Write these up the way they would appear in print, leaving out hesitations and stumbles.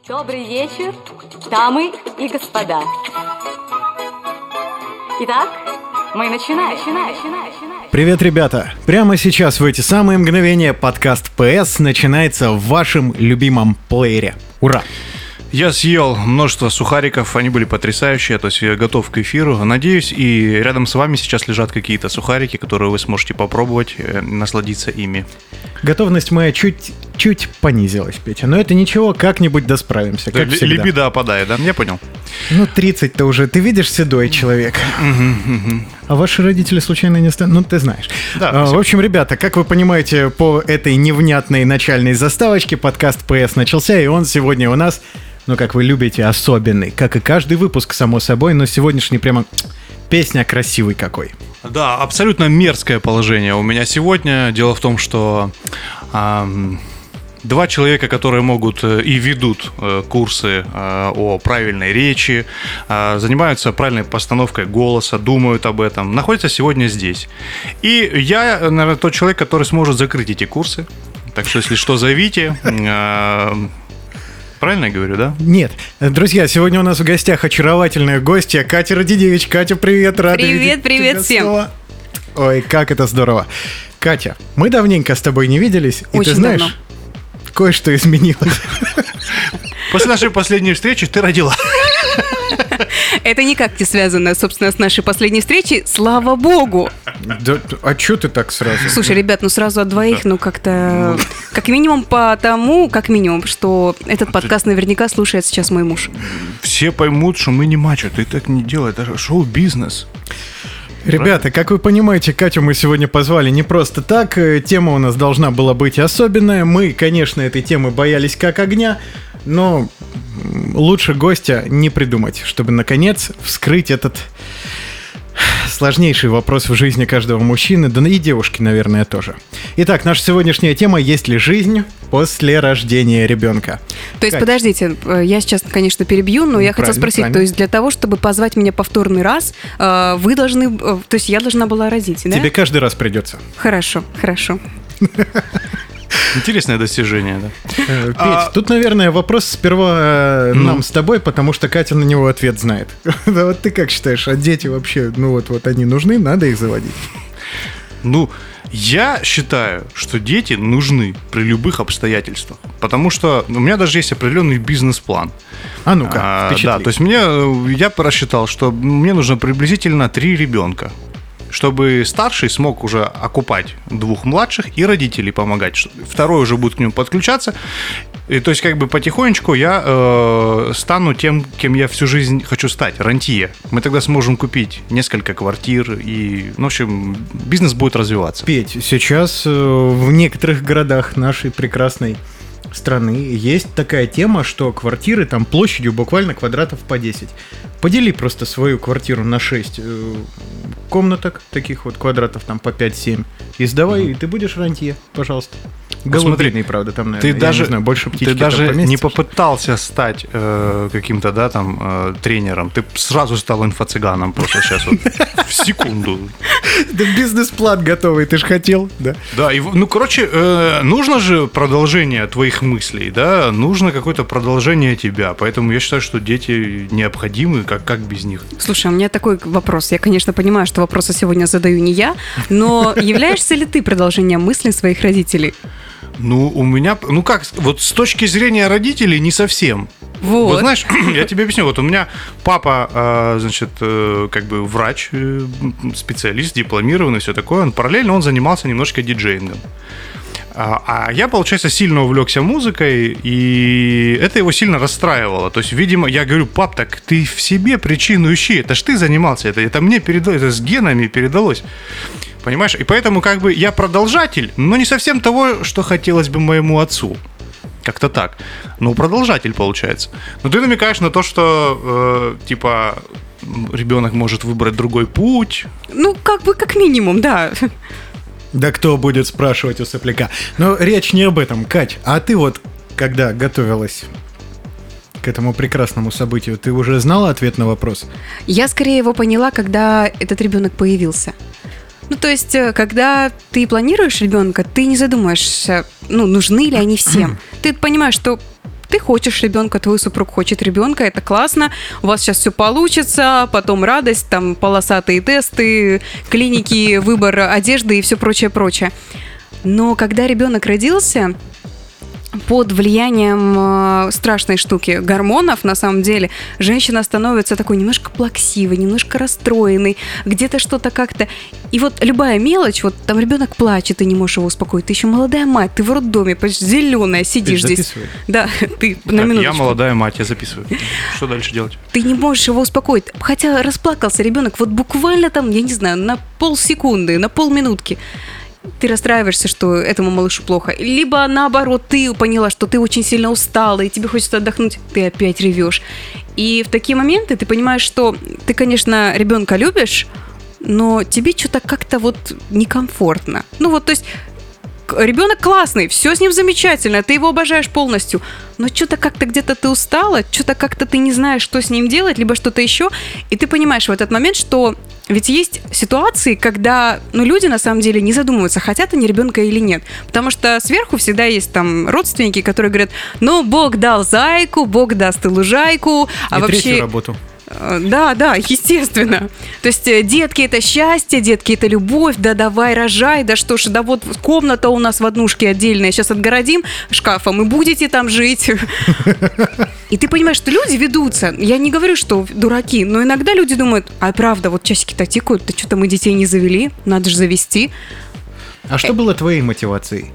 Добрый вечер, дамы и господа. Итак, мы начинаем. Привет, ребята! Прямо сейчас, в эти самые мгновения, подкаст PS начинается в вашем любимом плеере. Ура! Я съел множество сухариков, они были потрясающие, то есть я готов к эфиру. Надеюсь, и рядом с вами сейчас лежат какие-то сухарики, которые вы сможете попробовать, насладиться ими. Готовность моя чуть понизилась, Петя, но это ничего, как-нибудь досправимся, как всегда. Либидо опадает, да? Я понял. Ну, 30-то уже, ты видишь, седой человек. А ваши родители случайно не станут? Ну, ты знаешь. Да, в общем, ребята, как вы понимаете, по этой невнятной начальной заставочке подкаст PS начался, и он сегодня у нас, ну, как вы любите, особенный. Как и каждый выпуск, само собой, но сегодняшний прямо песня красивый какой. Да, абсолютно мерзкое положение у меня сегодня. Дело в том, что два человека, которые могут и ведут курсы о правильной речи, занимаются правильной постановкой голоса, думают об этом, находятся сегодня здесь. И я, наверное, тот человек, который сможет закрыть эти курсы. Так что, если что, зовите. Правильно я говорю, да? Нет. Друзья, сегодня у нас в гостях очаровательная гостья Катя Радидевич. Катя, привет, рада видеть Привет всем. снова. Ой, как это здорово. Катя, мы давненько с тобой не виделись, и очень ты знаешь, давно. Кое-что изменилось. После нашей последней встречи ты родила. Это никак не связано, собственно, с нашей последней встречей. Слава богу! Да, а чё ты так сразу? Слушай, ребят, ну сразу от двоих, ну как-то... Как минимум что этот подкаст наверняка слушает сейчас мой муж. Все поймут, что мы не мачо. Ты так не делай. Это шоу-бизнес. Ребята, как вы понимаете, Катю мы сегодня позвали не просто так. Тема у нас должна была быть особенная. Мы, конечно, этой темы боялись как огня, но лучше гостя не придумать, чтобы, наконец, вскрыть этот сложнейший вопрос в жизни каждого мужчины, да и девушки, наверное, тоже. Итак, наша сегодняшняя тема: есть ли жизнь после рождения ребенка? То есть, Кать. подождите, я сейчас, конечно, перебью, но я хотела спросить, правильно. то есть для того, чтобы позвать меня повторный раз, вы должны, то есть я должна была родить, да? Тебе каждый раз придется. Хорошо. Интересное достижение, да? Петь, тут, наверное, вопрос сперва нам с тобой, потому что Катя на него ответ знает. Да вот ты как считаешь, а дети вообще, ну вот они нужны, надо их заводить? Ну, я считаю, что дети нужны при любых обстоятельствах, потому что у меня даже есть определенный бизнес-план. А ну-ка, впечатли. Да, то есть я просчитал, что мне нужно приблизительно 3 ребенка, чтобы старший смог уже окупать 2 младших и родителей помогать. Второй уже будет к нему подключаться. И, то есть как бы потихонечку я стану тем, кем я всю жизнь хочу стать, рантье. Мы тогда сможем купить несколько квартир и, в общем, бизнес будет развиваться. Петь, сейчас в некоторых городах нашей прекрасной страны есть такая тема, что квартиры там площадью буквально квадратов по 10. Подели просто свою квартиру на 6 комнаток, таких вот квадратов там по 5-7, и сдавай, и ты будешь рантье, пожалуйста. Голубиный, правда, там, наверное, ты даже, не знаю, больше птички ты даже там не поместишься. попытался стать каким-то, да, там, тренером. Ты сразу стал инфо-цыганом просто сейчас вот, в секунду. Да бизнес-план готовый, ты же хотел, да? Да, и, ну, короче, нужно же продолжение твоих мыслей, да, нужно какое-то продолжение тебя, поэтому я считаю, что дети необходимы, как без них. Слушай, у меня такой вопрос. Я, конечно, понимаю, что вопросы сегодня задаю не я, но являешься ли ты продолжением мыслей своих родителей? Ну, у меня, ну как, вот с точки зрения родителей не совсем. Вот знаешь, я тебе объясню, вот у меня папа, значит, как бы врач, специалист, дипломированный, все такое, параллельно он занимался немножко диджеингом. А я, получается, сильно увлекся музыкой, и это его сильно расстраивало. То есть, видимо, я говорю: пап, так ты в себе причину ищи, это ж ты занимался, это мне передалось, это с генами передалось. Понимаешь? И поэтому как бы я продолжатель, но не совсем того, что хотелось бы моему отцу. Как-то так. Но продолжатель получается. Но ты намекаешь на то, что, типа, ребенок может выбрать другой путь. Ну, как минимум, да. Да кто будет спрашивать у сопляка? Но речь не об этом, Кать. А ты вот, когда готовилась к этому прекрасному событию, ты уже знала ответ на вопрос? Я скорее его поняла, когда этот ребенок появился. Ну, то есть, когда ты планируешь ребенка, ты не задумаешься, ну, нужны ли они всем. Ты понимаешь, что ты хочешь ребенка, твой супруг хочет ребенка, это классно, у вас сейчас все получится, потом радость, там полосатые тесты, клиники, выбор одежды и все прочее. Но когда ребенок родился, под влиянием страшной штуки гормонов, на самом деле, женщина становится такой немножко плаксивой, немножко расстроенной, где-то что-то как-то. И вот любая мелочь, вот там ребенок плачет, ты не можешь его успокоить, ты еще молодая мать, ты в роддоме, зеленая, сидишь здесь. Да, ты на минуточку. Я молодая мать, я записываю. Что дальше делать? Ты не можешь его успокоить. Хотя расплакался ребенок вот буквально там, я не знаю, на полсекунды, на полминутки. Ты расстраиваешься, что этому малышу плохо. Либо наоборот, ты поняла, что ты очень сильно устала, и тебе хочется отдохнуть, ты опять ревешь. И в такие моменты ты понимаешь, что ты, конечно, ребенка любишь, но тебе что-то как-то вот некомфортно. Ну вот, то есть ребенок классный, все с ним замечательно, ты его обожаешь полностью, но что-то как-то где-то ты устала, что-то как-то ты не знаешь, что с ним делать, либо что-то еще, и ты понимаешь в этот момент, что ведь есть ситуации, когда люди на самом деле не задумываются, хотят они ребенка или нет, потому что сверху всегда есть там родственники, которые говорят, Бог дал зайку, Бог даст и лужайку, а и вообще... третью работу. Да, естественно. То есть детки — это счастье, детки — это любовь, да давай рожай, да что ж, да вот комната у нас в однушке отдельная, сейчас отгородим шкафом и будете там жить. И ты понимаешь, что люди ведутся. Я не говорю, что дураки, но иногда люди думают, правда, вот часики-то тикают, да что-то мы детей не завели, надо же завести. А что было твоей мотивацией?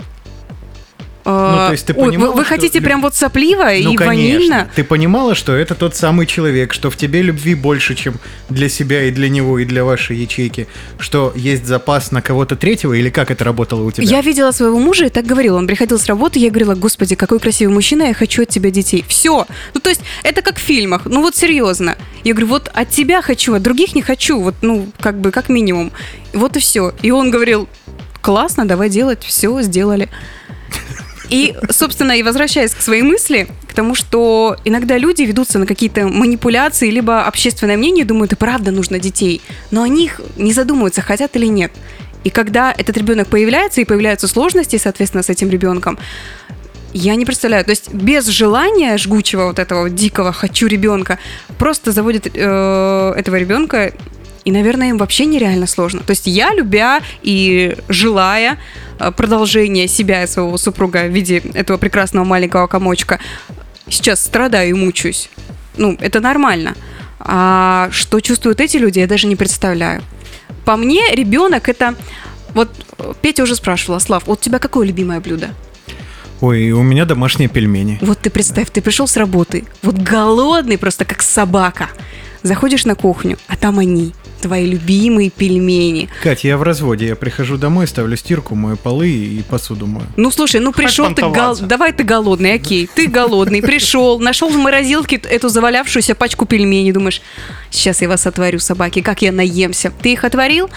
То есть ты понимала, вы хотите прям вот сопливо и конечно. ванильно? Ты понимала, что это тот самый человек, что в тебе любви больше, чем для себя и для него, и для вашей ячейки, что есть запас на кого-то третьего, или как это работало у тебя? Я видела своего мужа и так говорила. Он приходил с работы, я говорила, Господи, какой красивый мужчина, я хочу от тебя детей. Все. То есть это как в фильмах. Вот серьезно. Я говорю, вот от тебя хочу, от других не хочу. Вот, как минимум. Вот и все. И он говорил, классно, давай делать. Все, сделали. И, собственно, и возвращаясь к своей мысли, к тому, что иногда люди ведутся на какие-то манипуляции, либо общественное мнение думают, и правда нужно детей, но о них не задумываются, хотят или нет. И когда этот ребенок появляется, и появляются сложности, соответственно, с этим ребенком, я не представляю, то есть без желания жгучего вот этого дикого «хочу ребенка» просто заводят этого ребенка, и, наверное, им вообще нереально сложно. То есть я, любя и желая продолжения себя и своего супруга в виде этого прекрасного маленького комочка, сейчас страдаю и мучаюсь. Это нормально. А что чувствуют эти люди, я даже не представляю. По мне, ребенок это... Вот Петя уже спрашивала, Слав, вот у тебя какое любимое блюдо? Ой, у меня домашние пельмени. Вот ты представь, ты пришел с работы, вот голодный просто как собака. Заходишь на кухню, а там они, твои любимые пельмени. Кать, я в разводе, я прихожу домой, ставлю стирку, мою полы и посуду мою. Слушай, пришел ты, давай ты голодный, окей, ты голодный, пришел, нашел в морозилке эту завалявшуюся пачку пельменей, думаешь, сейчас я вас отварю, собаки, как я наемся. Ты их отварил,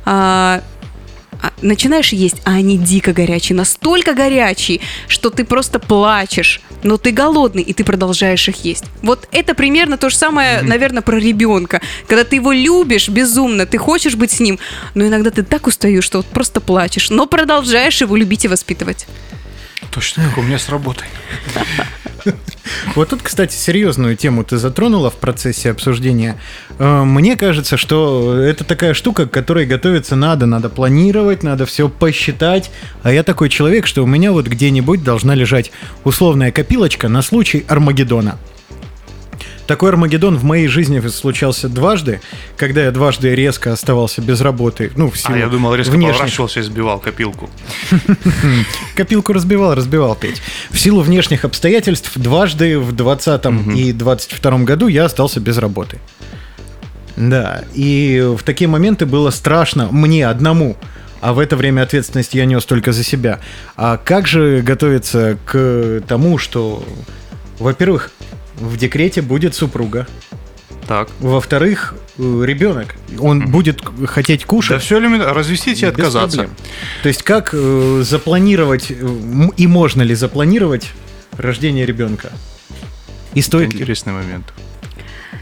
начинаешь есть, а они дико горячие, настолько горячие, что ты просто плачешь, но ты голодный, и ты продолжаешь их есть. Вот это примерно то же самое, наверное, про ребенка. Когда ты его любишь безумно, ты хочешь быть с ним, но иногда ты так устаешь, что вот просто плачешь, но продолжаешь его любить и воспитывать. Точно, как у меня с работой. Вот тут, кстати, серьезную тему ты затронула в процессе обсуждения. Мне кажется, что это такая штука, к которой готовиться надо планировать, надо все посчитать. А я такой человек, что у меня вот где-нибудь должна лежать условная копилочка на случай Армагеддона. Такой Армагеддон в моей жизни случался дважды, когда я дважды резко оставался без работы. В силу я думал, резко внешних... поворачивался и сбивал копилку. Копилку разбивал, Петь. В силу внешних обстоятельств дважды в 2020 и 2022 году я остался без работы. Да, и в такие моменты было страшно мне одному. А в это время ответственность я нес только за себя. А как же готовиться к тому, что, во-первых, в декрете будет супруга. Так. Во-вторых, ребенок. Он будет хотеть кушать. Да все элементарно. Развестись и отказаться. Проблем. То есть как запланировать, и можно ли запланировать рождение ребенка? И стоит ли? Интересный момент.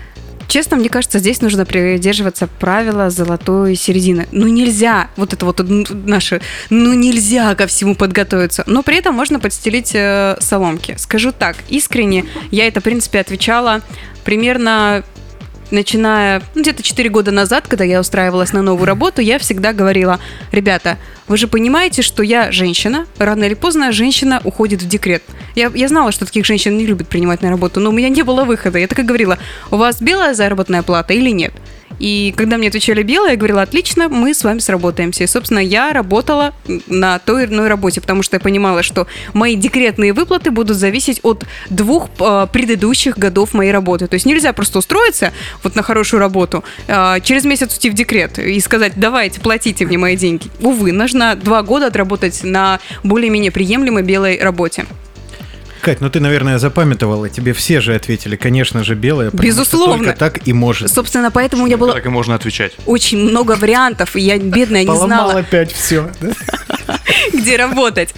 Честно, мне кажется, здесь нужно придерживаться правила золотой середины. Ну, нельзя, вот это вот наше, ну, нельзя ко всему подготовиться. Но при этом можно подстелить соломки. Скажу так, искренне, я это, в принципе, отвечала примерно... Начиная где-то 4 года назад, когда я устраивалась на новую работу, я всегда говорила: ребята, вы же понимаете, что я женщина, рано или поздно женщина уходит в декрет. Я знала, что таких женщин не любят принимать на работу, но у меня не было выхода. Я так и говорила: у вас белая заработная плата или нет? И когда мне отвечали белая, я говорила: отлично, мы с вами сработаемся. И, собственно, я работала на той или иной работе, потому что я понимала, что мои декретные выплаты будут зависеть от 2 предыдущих годов моей работы. То есть нельзя просто устроиться вот на хорошую работу, через месяц уйти в декрет и сказать: давайте, платите мне мои деньги. Увы, нужно 2 года отработать на более-менее приемлемой белой работе. Кать, ну ты, наверное, запамятовала, тебе все же ответили, конечно же, белая, потому Безусловно. что только так и может. Собственно, поэтому у меня было Так и можно отвечать. очень много вариантов, и я, бедная, не Поломал знала, опять все. где работать.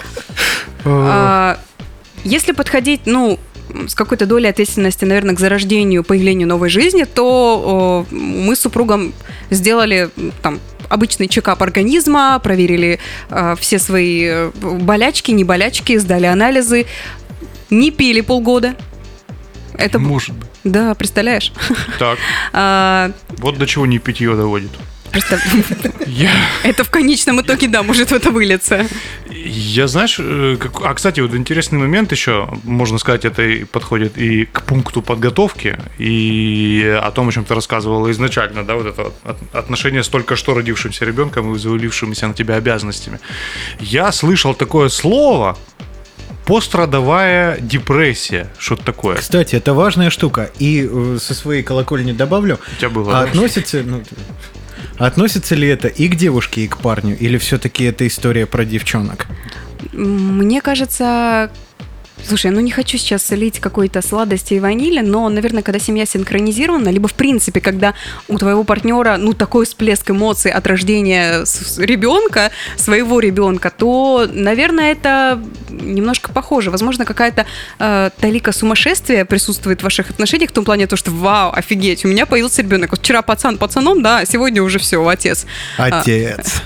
Если подходить, с какой-то долей ответственности, наверное, к зарождению, появлению новой жизни, то мы с супругом сделали обычный чекап организма, проверили все свои болячки, не болячки, сдали анализы, не пили полгода. Это может быть. Да, представляешь? Так. Вот до чего не питье доводит. Это в конечном итоге, да, может в это вылиться. Я, знаешь, кстати, вот интересный момент еще, можно сказать, это и подходит и к пункту подготовки, и о том, о чем ты рассказывала изначально, да, вот это отношение с только что родившимся ребенком и завалившимися на тебя обязанностями. Я слышал такое слово пострадовая депрессия. Что-то такое. Кстати, это важная штука. И со своей колокольни добавлю. У тебя было, Относится ли это и к девушке, и к парню? Или все-таки это история про девчонок? Мне кажется... Слушай, не хочу сейчас солить какой-то сладости и ванили, но, наверное, когда семья синхронизирована, либо, в принципе, когда у твоего партнера, такой всплеск эмоций от рождения ребенка, своего ребенка, то, наверное, это немножко похоже. Возможно, какая-то талика сумасшествия присутствует в ваших отношениях в том плане, что вау, офигеть, у меня появился ребенок. Вот вчера пацан пацаном, да, а сегодня уже все, отец. Отец.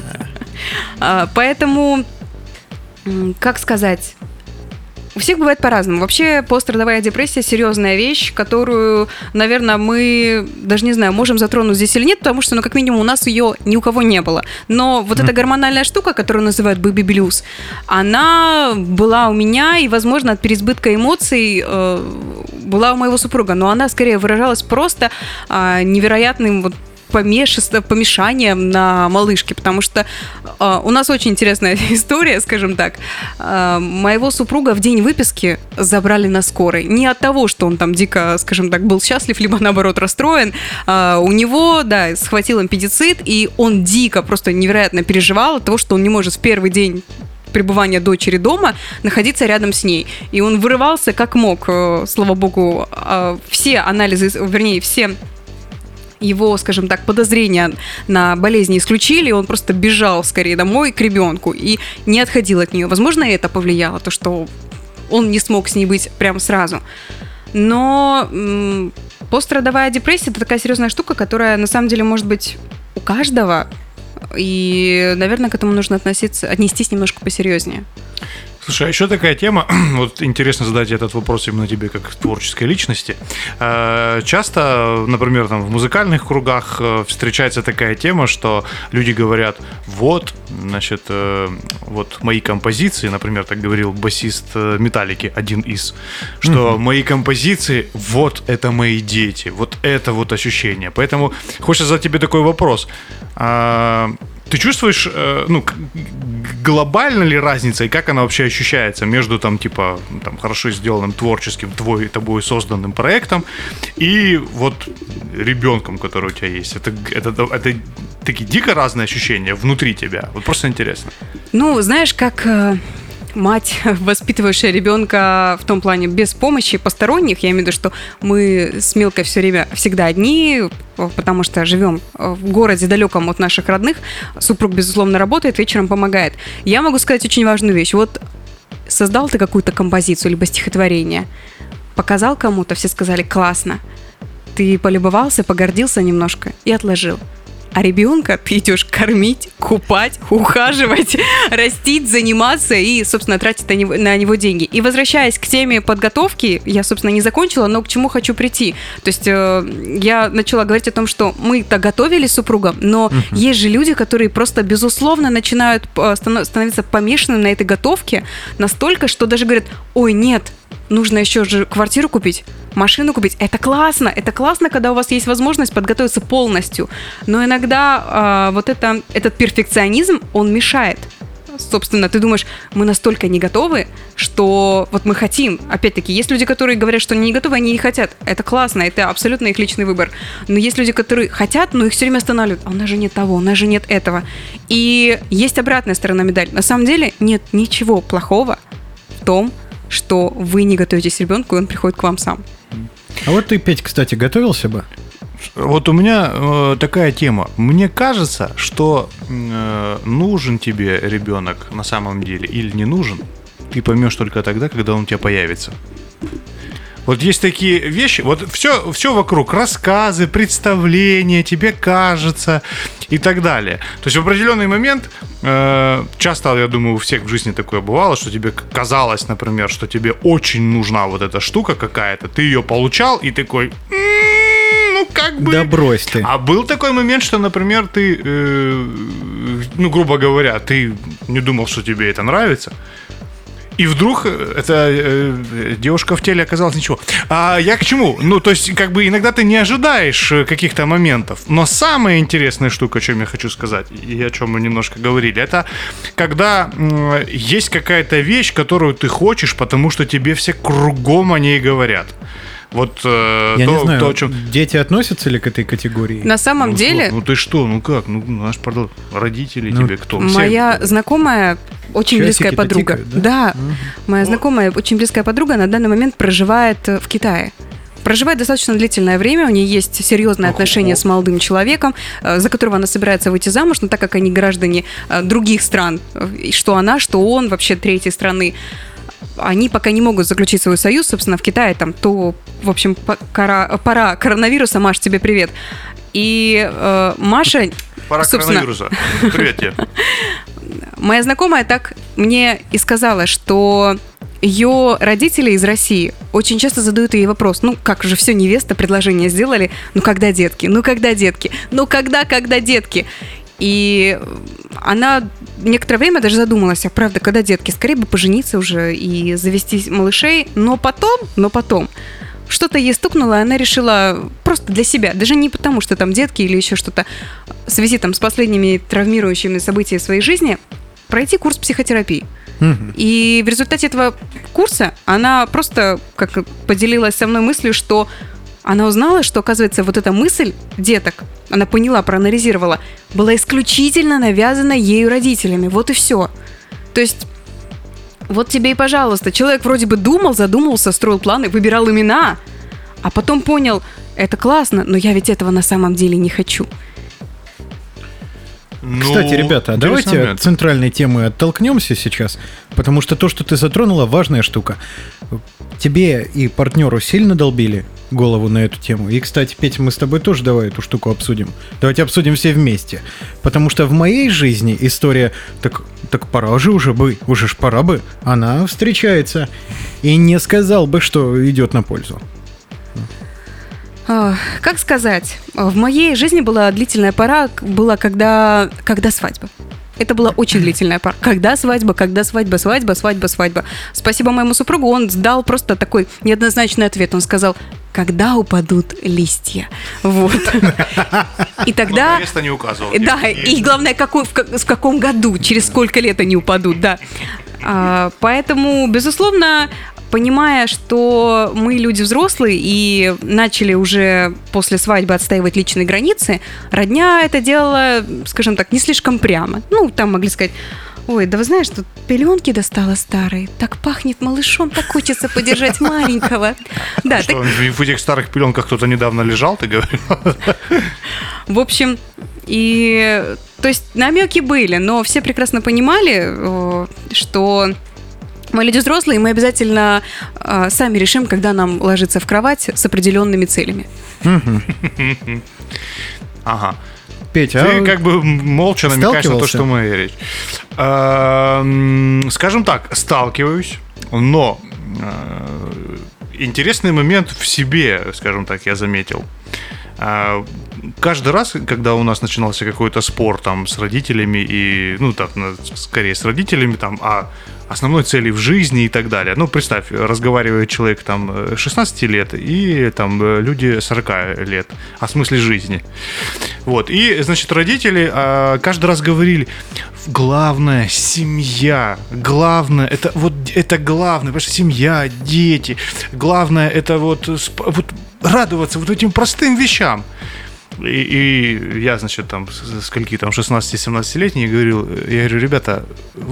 Поэтому, как сказать... У всех бывает по-разному. Вообще, пострадовая депрессия – серьезная вещь, которую, наверное, мы, даже не знаю, можем затронуть здесь или нет, потому что, как минимум, у нас ее ни у кого не было. Но вот эта гормональная штука, которую называют бэби-блюз, она была у меня, и, возможно, от переизбытка эмоций была у моего супруга. Но она, скорее, выражалась просто невероятным помешанием на малышке, потому что у нас очень интересная история, скажем так. Моего супруга в день выписки забрали на скорой. Не от того, что он там дико, скажем так, был счастлив, либо наоборот расстроен. У него, да, схватил аппендицит, и он дико, просто невероятно переживал от того, что он не может в первый день пребывания дочери дома находиться рядом с ней. И он вырывался как мог, слава богу. Все анализы, вернее, все его, скажем так, подозрения на болезни исключили, он просто бежал скорее домой к ребенку и не отходил от нее. Возможно, это повлияло, то, что он не смог с ней быть прямо сразу. Но пострадовая депрессия – это такая серьезная штука, которая на самом деле может быть у каждого, и, наверное, к этому нужно отнестись немножко посерьезнее. Слушай, а еще такая тема, вот интересно задать этот вопрос именно тебе как творческой личности. Часто, например, в музыкальных кругах встречается такая тема, что люди говорят: вот, значит, вот мои композиции, например, так говорил басист Металлики, один из, что мои композиции, вот это мои дети, вот это вот ощущение. Поэтому хочется задать тебе такой вопрос. Ты чувствуешь, глобально ли разница и как она вообще ощущается между хорошо сделанным творческим тобой созданным проектом и вот ребенком, который у тебя есть? Это такие дико разные ощущения внутри тебя. Вот просто интересно. Знаешь, как мать, воспитывающая ребенка в том плане без помощи посторонних, я имею в виду, что мы с Милкой все время всегда одни, потому что живем в городе далеком от наших родных, супруг, безусловно, работает, вечером помогает. Я могу сказать очень важную вещь. Вот создал ты какую-то композицию, либо стихотворение, показал кому-то, все сказали: классно. ты полюбовался, погордился немножко и отложил. А ребенка ты идешь кормить, купать, ухаживать, растить, заниматься и, собственно, тратить на него деньги. И возвращаясь к теме подготовки, я, собственно, не закончила, но к чему хочу прийти. То есть я начала говорить о том, что мы-то готовили с супругом, но есть же люди, которые просто, безусловно, начинают становиться помешанными на этой готовке настолько, что даже говорят: ой, нет, нужно еще же квартиру купить, машину купить. Это классно, когда у вас есть возможность подготовиться полностью. Но иногда этот перфекционизм, он мешает. Собственно, ты думаешь, мы настолько не готовы, что вот мы хотим. Опять-таки, есть люди, которые говорят, что они не готовы, они не хотят. Это классно, это абсолютно их личный выбор. Но есть люди, которые хотят, но их все время останавливают. А у нас же нет того, у нас же нет этого. И есть обратная сторона медали. На самом деле нет ничего плохого в том, что вы не готовитесь ребенку, и он приходит к вам сам. А вот ты, Петь, кстати, готовился бы? Вот у меня такая тема. Мне кажется, что нужен тебе ребенок на самом деле или не нужен, ты поймешь только тогда, когда он у тебя появится. Вот есть такие вещи, вот все вокруг, рассказы, представления, тебе кажется и так далее. То есть в определенный момент, часто, я думаю, у всех в жизни такое бывало, что тебе казалось, например, что тебе очень нужна вот эта штука какая-то, ты ее получал и такой, ну как бы... Да брось ты. А был такой момент, что, например, ты, грубо говоря, ты не думал, что тебе это нравится, и вдруг эта девушка в теле оказалась ничего. А я к чему? Ну, то есть, как бы иногда ты не ожидаешь каких-то моментов. Но самая интересная штука, о чем я хочу сказать, и о чем мы немножко говорили, это когда есть какая-то вещь, которую ты хочешь, потому что тебе все кругом о ней говорят. Вот я не знаю, о чем... дети относятся ли к этой категории? На самом деле... Ну ты что, ну как? Ну, наш родители тебе кто? Моя знакомая, очень близкая подруга. Тикают, да? Моя знакомая, очень близкая подруга на данный момент проживает в Китае. Проживает достаточно длительное время, у нее есть серьезные отношения с молодым человеком, за которого она собирается выйти замуж, но так как они граждане других стран, что она, что он, вообще третьей страны, они пока не могут заключить свой союз, собственно, в Китае там то, в общем, пора коронавируса, Маш, тебе привет. И Маша... Пора коронавируса. Привет тебе. Моя знакомая так мне и сказала, что ее родители из России очень часто задают ей вопрос: ну как же, все, невеста, предложение сделали, ну когда детки, ну когда детки, ну когда детки? И она некоторое время даже задумалась, а правда, когда детки, скорее бы пожениться уже и завести малышей, но потом что-то ей стукнуло, и она решила просто для себя, даже не потому, что там детки или еще что-то, в связи там с последними травмирующими событиями в своей жизни, пройти курс психотерапии. И в результате этого курса она просто как поделилась со мной мыслью, что она узнала, что, оказывается, вот эта мысль деток, она поняла, проанализировала, была исключительно навязана ею родителями. Вот и все. То есть, вот тебе и пожалуйста. Человек вроде бы думал, задумался, строил планы, выбирал имена, а потом понял, это классно, но я ведь этого на самом деле не хочу. Кстати, ребята, давайте от центральной темы оттолкнемся сейчас, потому что то, что ты затронула, важная штука. Тебе и партнеру сильно долбили голову на эту тему? И, кстати, Петя, мы с тобой тоже давай эту штуку обсудим. Давайте обсудим все вместе. Потому что в моей жизни история так пора же уже бы, уже ж пора бы, она встречается. И не сказал бы, что идет на пользу. Как сказать, в моей жизни была длительная пора, была когда свадьба. Это была очень длительная пора. Когда свадьба. Спасибо моему супругу, он дал просто такой неоднозначный ответ. Он сказал: когда упадут листья. Вот. И тогда... Место не указывал. Да, и главное, в каком году, через сколько лет они упадут, да. Поэтому, безусловно, понимая, что мы люди взрослые и начали уже после свадьбы отстаивать личные границы, родня это делала, скажем так, не слишком прямо. Ну, там могли сказать: ой, да вы знаешь, тут пеленки достала старые, так пахнет малышом, так хочется подержать маленького. Да, что, в этих старых пеленках кто-то недавно лежал, ты говорил? В общем, и... То есть намеки были, но все прекрасно понимали, что Мы люди взрослые, и мы обязательно сами решим, когда нам ложиться в кровать с определенными целями. Ага. Петя, Ты как бы молча намекаешь на то, сталкивался? что моя речь. Скажем так, сталкиваюсь, но интересный момент в себе, скажем так, я заметил. Каждый раз, когда у нас начинался какой-то спор там с родителями и, ну, так, скорее с родителями там, о основной цели в жизни и так далее. Ну, представь, разговаривает человек там 16 лет и там люди 40 лет о смысле жизни. Вот. И, значит, родители каждый раз говорили: главное, семья, главное, это вот это главное, потому что семья, дети, главное, это вот радоваться вот этим простым вещам. И я, значит, там, скольки там, 16-17-летний, я говорю, ребята,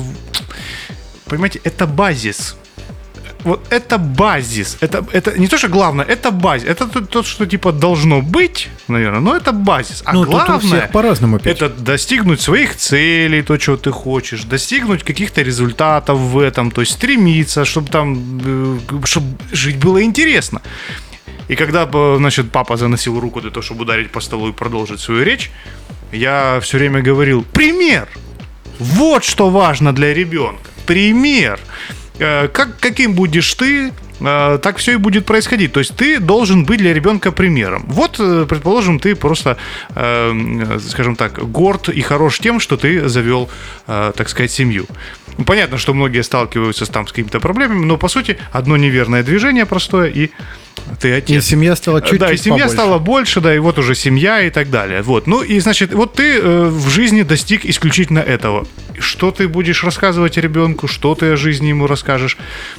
понимаете, это базис. Вот это базис. Это не то, что главное, это базис. Это то, что типа должно быть, наверное, но это базис. А главное, тут у всех по-разному, Петя. это достигнуть своих целей, то, чего ты хочешь, достигнуть каких-то результатов в этом, то есть стремиться, чтобы там, чтобы жить было интересно. И когда, значит, папа заносил руку для того, чтобы ударить по столу и продолжить свою речь, я все время говорил: пример! Вот что важно для ребенка. Пример. Каким будешь ты, так все и будет происходить. То есть ты должен быть для ребенка примером. Вот, предположим, ты просто, скажем так, горд и хорош тем, что ты завел, так сказать, семью. Понятно, что многие сталкиваются там с какими-то проблемами, но, по сути, одно неверное движение простое, и ты отец. И семья стала чуть-чуть Да, и семья побольше. стала больше, да, и вот уже семья и так далее. Вот. Ну и, значит, вот ты в жизни достиг исключительно этого. Что ты будешь рассказывать ребенку, что ты о жизни ему расскажешь?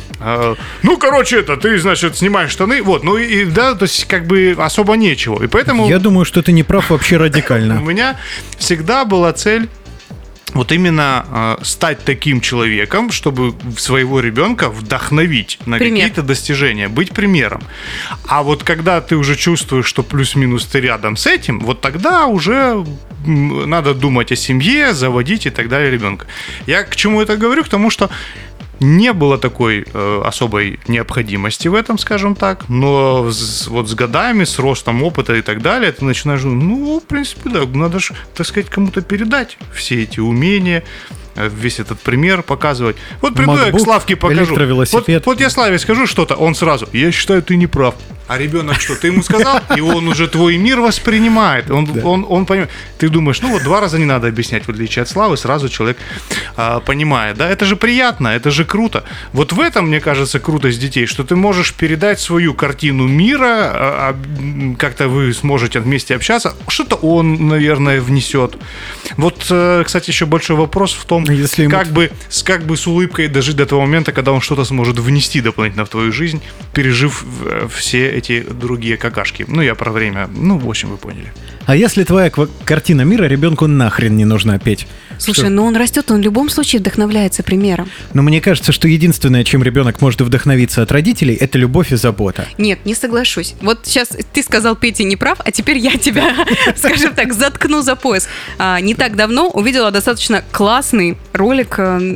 Ну, короче, ты, значит, снимаешь штаны, вот, ну и да, то есть как бы особо нечего. И поэтому Я думаю, что ты не прав вообще у радикально. меня всегда была цель вот именно стать таким человеком, чтобы своего ребенка вдохновить на Пример. какие-то достижения, быть примером. А вот когда ты уже чувствуешь, что плюс-минус ты рядом с этим, вот тогда уже надо думать о семье, заводить и так далее ребенка. Я к чему это говорю? К тому, что не было такой особой необходимости в этом, скажем так, но вот с годами, с ростом опыта и так далее, ты начинаешь думать, ну, в принципе, да, надо же, так сказать, кому-то передать все эти умения, весь этот пример показывать. Вот приду я к MacBook, Славке покажу. электровелосипед. Вот я Славе скажу что-то, он сразу: я считаю, ты не прав. А ребенок что, ты ему сказал, и он уже твой мир воспринимает. Он понимает. Ты думаешь, ну вот 2 раза не надо объяснять, в отличие от Славы, сразу человек понимает. Да, это же приятно, это же круто. Вот в этом, мне кажется, крутость детей, что ты можешь передать свою картину мира, как-то вы сможете вместе общаться, что-то он, наверное, внесет. Вот, кстати, еще большой вопрос в том, Если ему- как бы с улыбкой дожить до того момента, когда он что-то сможет внести дополнительно в твою жизнь, пережив все эти другие какашки. Ну, я про время. Ну, в общем, вы поняли. А если твоя картина мира ребенку нахрен не нужна, Петь? Слушай, Что? ну он растет, он в любом случае вдохновляется примером. Но мне кажется, что единственное, чем ребенок может вдохновиться от родителей, это любовь и забота. Нет, не соглашусь. Вот сейчас ты сказал, Петя не прав, а теперь я тебя, скажем так, заткну за пояс. Не так давно увидела достаточно классный ролик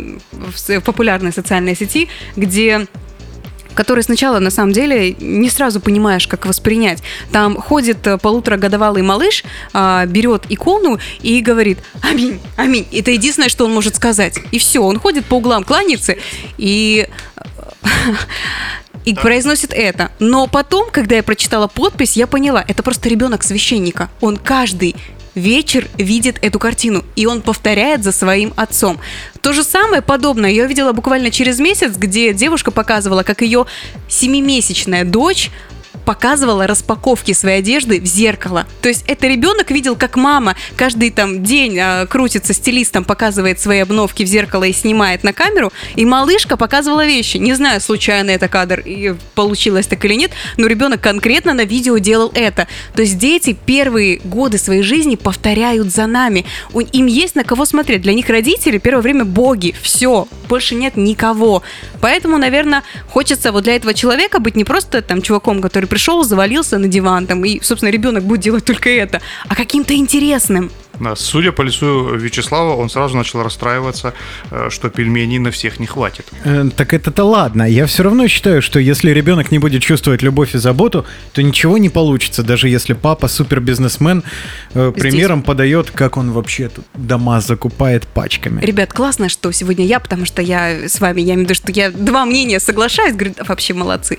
в популярной социальной сети, который сначала, на самом деле, не сразу понимаешь, как воспринять. Там ходит 1,5-годовалый малыш, берет икону и говорит: аминь, аминь. Это единственное, что он может сказать. И все, он ходит по углам, кланяется и произносит это. Но потом, когда я прочитала подпись, я поняла, это просто ребенок священника. Он каждый вечер видит эту картину, и он повторяет за своим отцом. То же самое, подобное, я видела буквально через месяц, где девушка показывала, как ее 7-месячная дочь показывала распаковки своей одежды в зеркало. То есть это ребенок видел, как мама каждый там день крутится стилистом, показывает свои обновки в зеркало и снимает на камеру, и малышка показывала вещи. Не знаю, случайно это кадр и получилось так или нет, но ребенок конкретно на видео делал это. То есть дети первые годы своей жизни повторяют за нами. Им есть на кого смотреть. Для них родители первое время боги. Все, больше нет никого. Поэтому, наверное, хочется вот для этого человека быть не просто там чуваком, который пришел, завалился на диван, там, и, собственно, ребенок будет делать только это, а каким-то интересным. Судя по лицу Вячеслава, он сразу начал расстраиваться, что пельменей на всех не хватит. Так это-то ладно. Я все равно считаю, что если ребенок не будет чувствовать любовь и заботу, то ничего не получится, даже если папа супербизнесмен примером подает, как он вообще тут дома закупает пачками. Ребят, классно, что сегодня я, потому что я с вами, я имею в виду, что я два мнения соглашаюсь, говорю, вообще молодцы.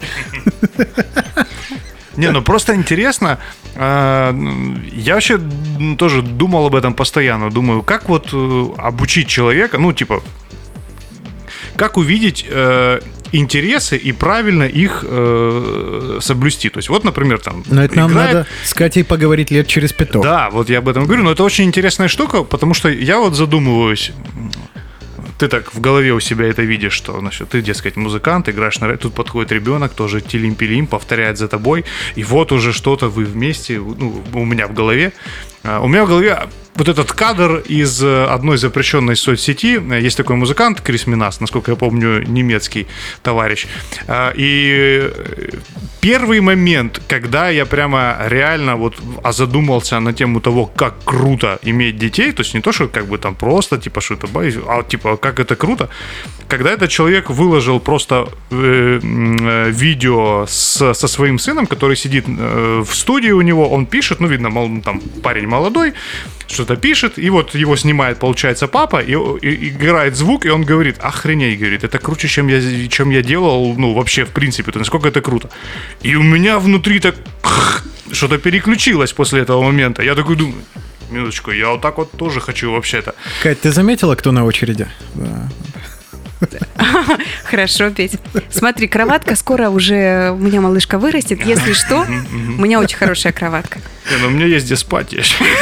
Не, ну просто интересно. Я вообще тоже думал об этом постоянно. Думаю, как вот обучить человека, ну, типа, как увидеть интересы и правильно их соблюсти. То есть, вот, например, там... Но это нам надо с Катей поговорить лет через 5. Да, вот я об этом говорю. Но это очень интересная штука, потому что я вот задумываюсь... Ты так в голове у себя это видишь, что, значит, ты, дескать, музыкант, играешь на... Тут подходит ребенок, тоже тилим-пилим, повторяет за тобой, и вот уже что-то вы вместе, ну, у меня в голове. У меня в голове вот этот кадр из одной запрещенной соцсети. Есть такой музыкант Крис Минас, насколько я помню, немецкий товарищ. И первый момент, когда я прямо реально вот задумался на тему того, как круто иметь детей, то есть не то, что как бы там просто, типа, что это, а типа, как это круто, когда этот человек выложил просто видео со своим сыном, который сидит в студии у него, он пишет, ну, видно, там парень молодой, что-то пишет, и вот его снимает, получается, папа, и играет звук, и он говорит, охренеть, говорит, это круче, чем я делал, ну, вообще, в принципе, то насколько это круто. И у меня внутри так что-то переключилось после этого момента. Я такой думаю, минуточку, я вот так вот тоже хочу вообще-то. Кать, ты заметила, кто на очереди? Да. Хорошо, Петь. Смотри, кроватка скоро уже у меня малышка вырастет. Если что, у меня очень хорошая кроватка. У меня есть где спать.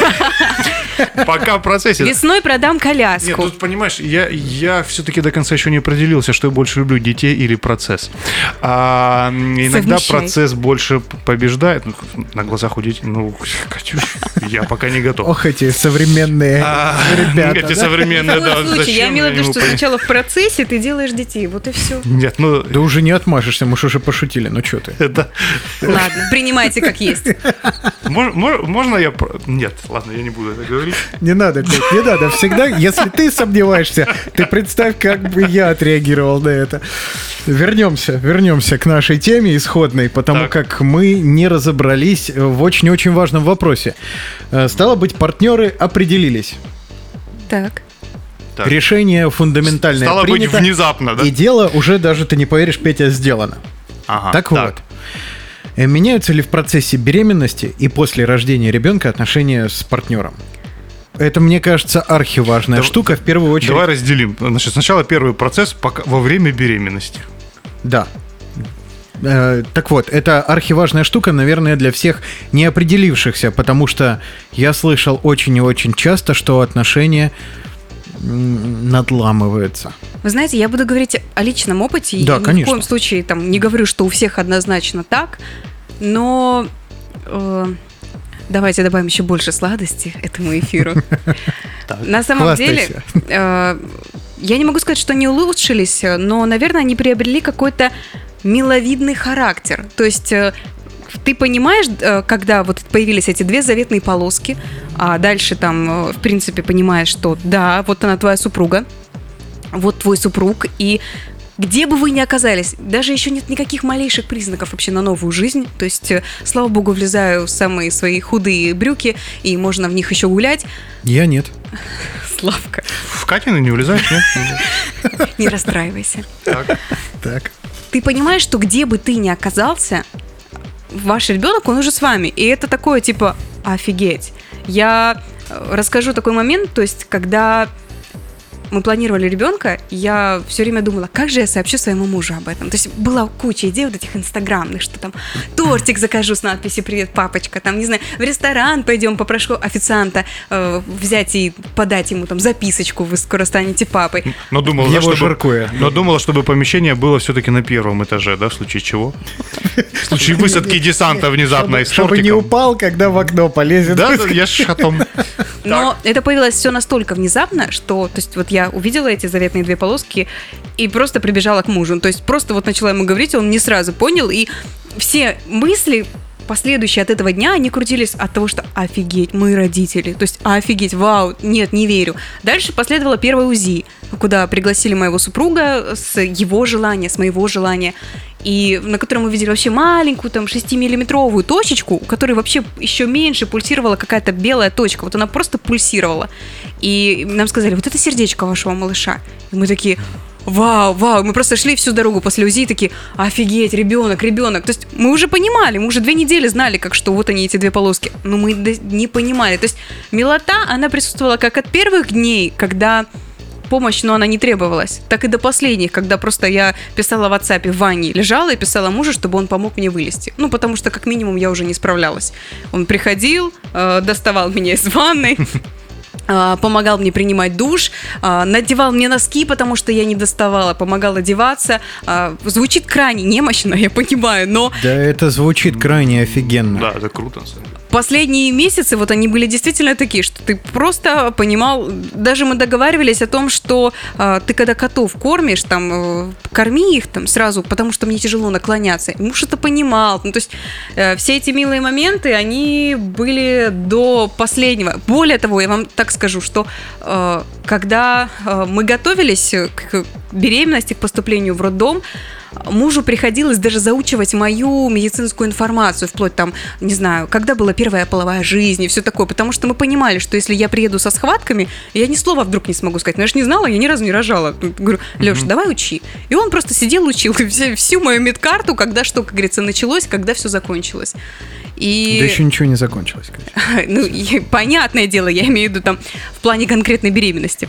Пока в процессе. Весной продам коляску. Нет, тут, понимаешь, я все-таки до конца еще не определился, что я больше люблю, детей или процесс. Иногда процесс больше побеждает. На глазах у детей. Ну, Катюш, я пока не готов. Ох, эти современные ребята. Эти современные, да. В случае, я имела в виду, что сначала в процессе ты делаешь детей, вот и все. Нет, ну... Да уже не отмашешься, мы же уже пошутили, ну что ты? Ладно, принимайте как есть. Можно я... Нет, ладно, я не буду это говорить. Не надо, Кать, не надо. Всегда, если ты сомневаешься, ты представь, как бы я отреагировал на это. Вернемся к нашей теме исходной, потому как мы не разобрались в очень-очень важном вопросе. Стало быть, партнеры определились. Так. Решение фундаментальное стало принято. Быть внезапно, да? И дело уже, даже ты не поверишь, Петя, сделано. Ага, так вот. Меняются ли в процессе беременности и после рождения ребенка отношения с партнером? Это, мне кажется, архиважная штука в первую очередь. Давай разделим. Значит, сначала первый процесс во время беременности. Да. Так вот, это архиважная штука, наверное, для всех не определившихся, потому что я слышал очень и очень часто, что отношения надламываются. Вы знаете, я буду говорить о личном опыте. Да, и ни конечно. в коем случае там, не говорю, что у всех однозначно так, но давайте добавим еще больше сладости этому эфиру. На самом деле, я не могу сказать, что они улучшились, но, наверное, они приобрели какой-то миловидный характер. То есть ты понимаешь, когда вот появились эти две заветные полоски, а дальше там, в принципе, понимаешь, что да, вот она твоя супруга, вот твой супруг, и где бы вы ни оказались, даже еще нет никаких малейших признаков вообще на новую жизнь, то есть, слава богу, влезаю в самые свои худые брюки, и можно в них еще гулять. Я нет. Славка. В Катины не влезаешь, нет? Не расстраивайся. Так. Ты понимаешь, что где бы ты ни оказался, ваш ребенок, он уже с вами. И это такое, типа, офигеть. Я расскажу такой момент, то есть, когда мы планировали ребенка, я все время думала, как же я сообщу своему мужу об этом. То есть была куча идей вот этих инстаграмных, что там тортик закажу с надписью «Привет, папочка», там, не знаю, в ресторан пойдем, попрошу официанта взять и подать ему там записочку, вы скоро станете папой. Но думала, чтобы помещение было все-таки на первом этаже, да, в случае чего? В случае высадки десанта внезапной с тортиком. Чтобы не упал, когда в окно полезет. Да, я ж о том. Но это появилось все настолько внезапно, что, то есть вот я увидела эти заветные две полоски и просто прибежала к мужу. То есть просто вот начала ему говорить, он не сразу понял, и все мысли последующие от этого дня, они крутились от того, что офигеть, мы родители. То есть офигеть, вау, нет, не верю. Дальше последовало первое УЗИ, куда пригласили моего супруга с его желания, с моего желания. И на котором мы видели вообще маленькую, там, 6-миллиметровую точечку, у которой вообще еще меньше пульсировала какая-то белая точка. Вот она просто пульсировала. И нам сказали, вот это сердечко вашего малыша. И мы такие... Вау, мы просто шли всю дорогу после УЗИ и такие, офигеть, ребенок. То есть мы уже понимали, мы уже 2 недели знали, как что вот они, эти 2 полоски, но мы не понимали. То есть милота, она присутствовала как от первых дней, когда помощь, но она не требовалась, так и до последних, когда просто я писала в WhatsApp в ванне, лежала и писала мужу, чтобы он помог мне вылезти. Ну, потому что как минимум я уже не справлялась. Он приходил, доставал меня из ванной, помогал мне принимать душ, надевал мне носки, потому что я не доставала, помогал одеваться. Звучит крайне немощно, я понимаю, но... Да, это звучит крайне офигенно. Да, это круто, на самом деле. Последние месяцы вот они были действительно такие, что ты просто понимал, даже мы договаривались о том, что ты когда котов кормишь, там, корми их там сразу, потому что мне тяжело наклоняться. И муж это понимал. Ну, то есть все эти милые моменты, они были до последнего. Более того, я вам так скажу, что когда мы готовились к беременности, к поступлению в роддом, мужу приходилось даже заучивать мою медицинскую информацию, вплоть там, не знаю, когда была первая половая жизнь и все такое, потому что мы понимали, что если я приеду со схватками, я ни слова вдруг не смогу сказать. Но я же не знала, я ни разу не рожала. Говорю, Леша, давай учи. И он просто сидел, учил всю мою медкарту, когда что, как говорится, началось, когда все закончилось. И... Да еще ничего не закончилось, конечно. Ну, понятное дело, я имею в виду там в плане конкретной беременности.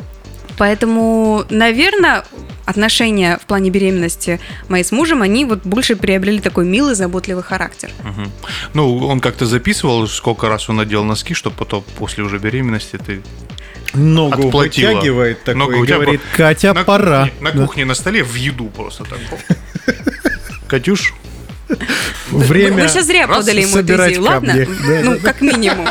Поэтому, наверное, отношения в плане беременности мои с мужем, они вот больше приобрели такой милый, заботливый характер. Угу. Ну, он как-то записывал, сколько раз он надел носки, чтобы потом после уже беременности ты Ногу отплатила. вытягивает такой Ногу и говорит, Катя, на пора. Кухне, на кухне на столе в еду просто так. Катюш, Время Вы сейчас зря подали ему эту идею, ладно? Ну, как минимум.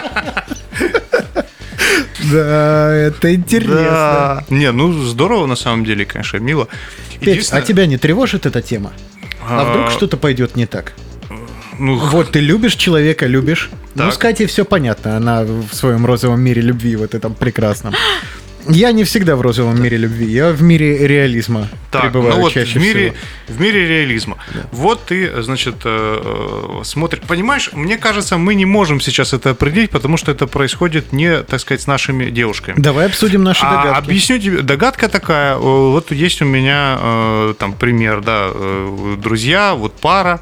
Да, это интересно. Да. Не, ну здорово на самом деле, конечно, мило. Петь, а тебя не тревожит эта тема? А вдруг что-то пойдет не так? Ну, Вот ты любишь человека, любишь. Так. Ну, с Катей все понятно. Она в своем розовом мире любви, вот этом прекрасном. Я не всегда в розовом мире любви. Я в мире реализма так, пребываю ну вот чаще в мире реализма. Да. Вот ты, значит, смотришь. Понимаешь, мне кажется, мы не можем сейчас это определить, потому что это происходит не, так сказать, с нашими девушками. Давай обсудим наши догадки. Объясню тебе. Догадка такая. Вот есть у меня там пример, да, друзья, вот пара.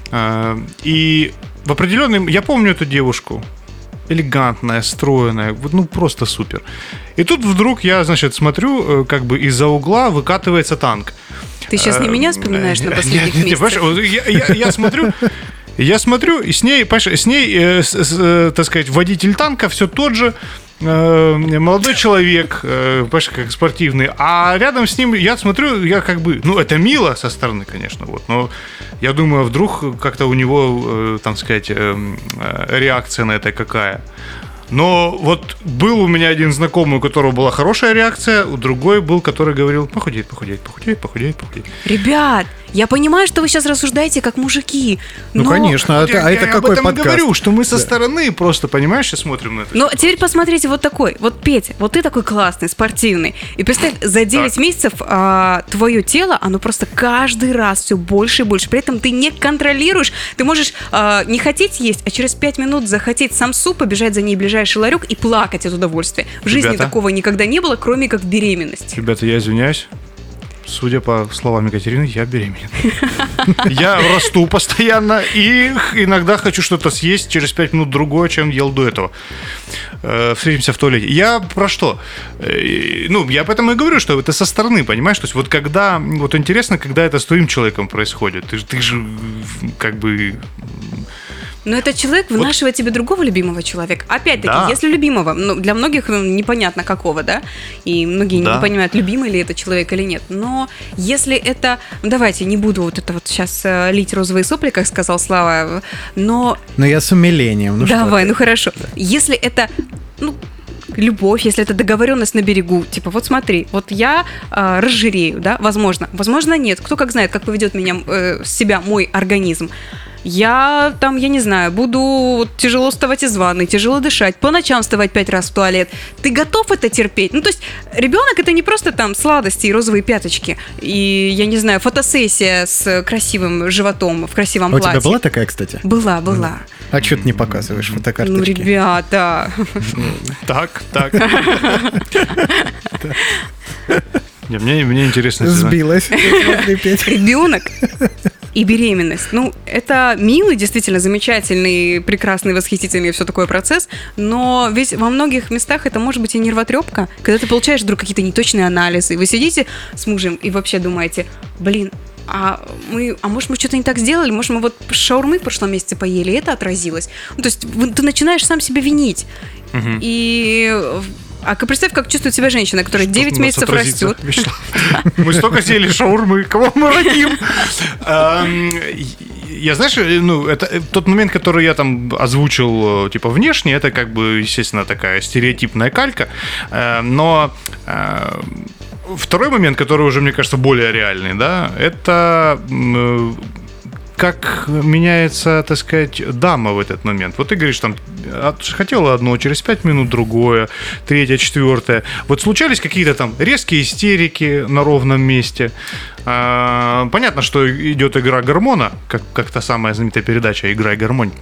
И в определенный... Я помню эту девушку. Элегантная, стройная, ну просто супер. И тут вдруг я, значит, смотрю, как бы из-за угла выкатывается танк. Ты сейчас не меня вспоминаешь на последних месяцах? Я смотрю, и с ней, так сказать, водитель танка все тот же, молодой человек, понимаешь, как спортивный, а рядом с ним, я смотрю, я как бы, ну, это мило со стороны, конечно, вот, но я думаю, вдруг как-то у него, так сказать, реакция на это какая. Но вот был у меня один знакомый, у которого была хорошая реакция, у другой был, который говорил, похудеть. Ребят, я понимаю, что вы сейчас рассуждаете как мужики. Ну, конечно, я это какой об этом подкаст? говорю, что мы со стороны просто, понимаешь, и смотрим на это. Но теперь посмотрите вот такой. Вот, Петя, вот ты такой классный, спортивный. И представь, за 9 месяцев твое тело, оно просто каждый раз все больше и больше. При этом ты не контролируешь. Ты можешь не хотеть есть, а через 5 минут захотеть самсу, побежать за ней в ближайший ларек и плакать от удовольствия. В жизни такого никогда не было, кроме как в беременности. Ребята, я извиняюсь. Судя по словам Екатерины, я беременна. Я расту постоянно и иногда хочу что-то съесть через 5 минут другое, чем ел до этого. Встретимся в туалете. Я про что? Ну, я поэтому и говорю, что это со стороны, понимаешь? То есть вот когда... Вот интересно, когда это с твоим человеком происходит. Ты же как бы... Но этот человек вынашивает тебе другого любимого человека. Опять-таки, да. Если любимого, ну, для многих непонятно какого, да, и многие не понимают, любимый ли это человек или нет. Но если это, давайте, не буду вот это вот сейчас лить розовые сопли, как сказал Слава, но я с умилением. Ну давай, ну хорошо. Да. Если это, ну, любовь, если это договоренность на берегу, типа, вот смотри, вот я разжирею, да, возможно нет, кто как знает, как поведет себя мой организм. я там, я не знаю, буду тяжело вставать из ванны, тяжело дышать, по ночам вставать 5 раз в туалет. Ты готов это терпеть? Ну, то есть ребенок это не просто там сладости и розовые пяточки, и, я не знаю, фотосессия с красивым животом в красивом А у платье. тебя была такая, кстати? Была. А что ты не показываешь фотокарточки? Ну, ребята. Так. Мне интересно. Сбилась. Смотри, Петь. Ребенок и беременность. Ну, это милый, действительно замечательный, прекрасный, восхитительный, все такое процесс, но ведь во многих местах это может быть и нервотрепка, когда ты получаешь вдруг какие-то неточные анализы, и вы сидите с мужем и вообще думаете, а может мы что-то не так сделали, может мы вот шаурмы в прошлом месяце поели, и это отразилось. Ну, то есть ты начинаешь сам себя винить. А представь, как чувствует себя женщина, которая 9 месяцев растет. Мы столько съели шаурмы, кого мы родим? Я, знаешь, это тот момент, который я там озвучил, типа, внешне, это как бы, естественно, такая стереотипная калька, но второй момент, который уже, мне кажется, более реальный, да, это как меняется, так сказать, дама в этот момент. Вот ты говоришь, там, хотела одно, через 5 минут другое, третье, четвертое. Вот случались какие-то там резкие истерики на ровном месте. Понятно, что идет игра гормона, как та самая знаменитая передача «Играй гармонь».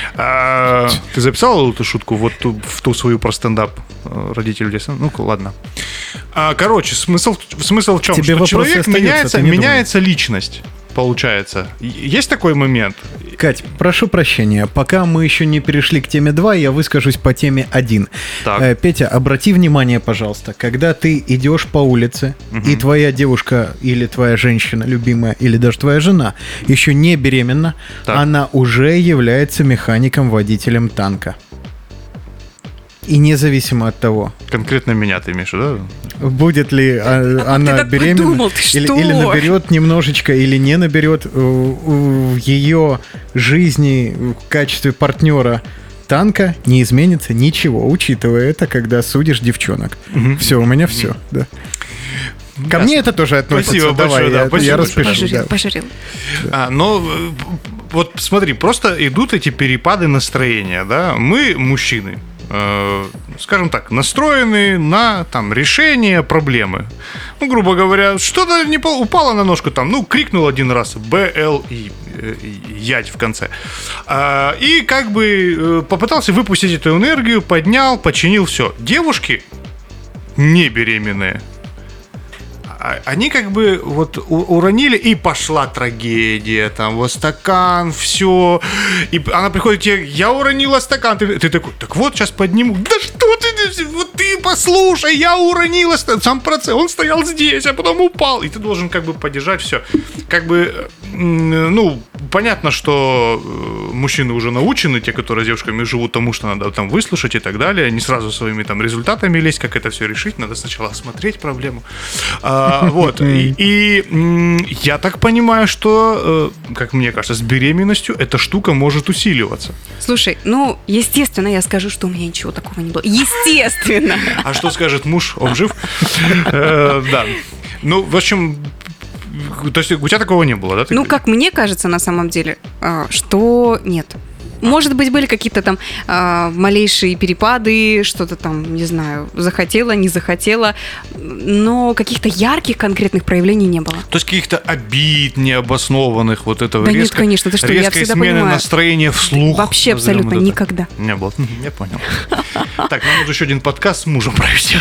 Ты записал эту шутку вот в ту свою про стендап родителей детства? Ну-ка, ладно. Короче, смысл в чем? Тебе что человек меняется думай. Личность. Получается. Есть такой момент? Кать, прошу прощения, пока мы еще не перешли к теме 2, я выскажусь по теме 1. Так. Петя, обрати внимание, пожалуйста, когда ты идешь по улице, и твоя девушка или твоя женщина любимая, или даже твоя жена еще не беременна, Так. она уже является механиком-водителем танка. И независимо от того, Конкретно меня ты имеешь, да? будет ли она так беременна, подумал, ты или, что? или наберет немножечко, или не наберет в ее жизни в качестве партнера танка, не изменится ничего, учитывая это, когда судишь девчонок. Все, у меня все. Да. Ко мне это тоже относится. Спасибо Давай, большое, да, я спасибо распишу. Да. Пожалел. Но вот смотри, просто идут эти перепады настроения, да? Мы, мужчины, скажем так, настроены на там решение проблемы. Ну, грубо говоря, что-то не упало на ножку, там, крикнул один раз БЛИ, ядь в конце. И как бы попытался выпустить эту энергию, поднял, починил, все. Девушки не беременные, они как бы вот уронили, и пошла трагедия, там, вот стакан, все, и она приходит к тебе, я уронила стакан, ты такой, так вот, сейчас подниму, да что ты, вот ты послушай, я уронила стакан, сам процесс, он стоял здесь, а потом упал, и ты должен как бы поддержать все, как бы, понятно, что мужчины уже научены, те, которые с девушками живут, тому, что надо там выслушать и так далее, не сразу своими там результатами лезть, как это все решить, надо сначала осмотреть проблему. Вот. И я так понимаю, что, как мне кажется, с беременностью эта штука может усиливаться. Слушай, естественно, я скажу, что у меня ничего такого не было. Естественно. А что скажет муж? Он жив? Да. В общем, то есть у тебя такого не было, да? Как мне кажется, на самом деле, что нет. Может быть, были какие-то там малейшие перепады, что-то там, не знаю, захотела, не захотела, но каких-то ярких конкретных проявлений не было. То есть каких-то обид необоснованных, вот этого да нет, конечно, ты что, я резкой всегда смены понимаю. настроения вслух. Вообще абсолютно никогда. Не было. Я понял. Так, нам нужно еще один подкаст с мужем провести.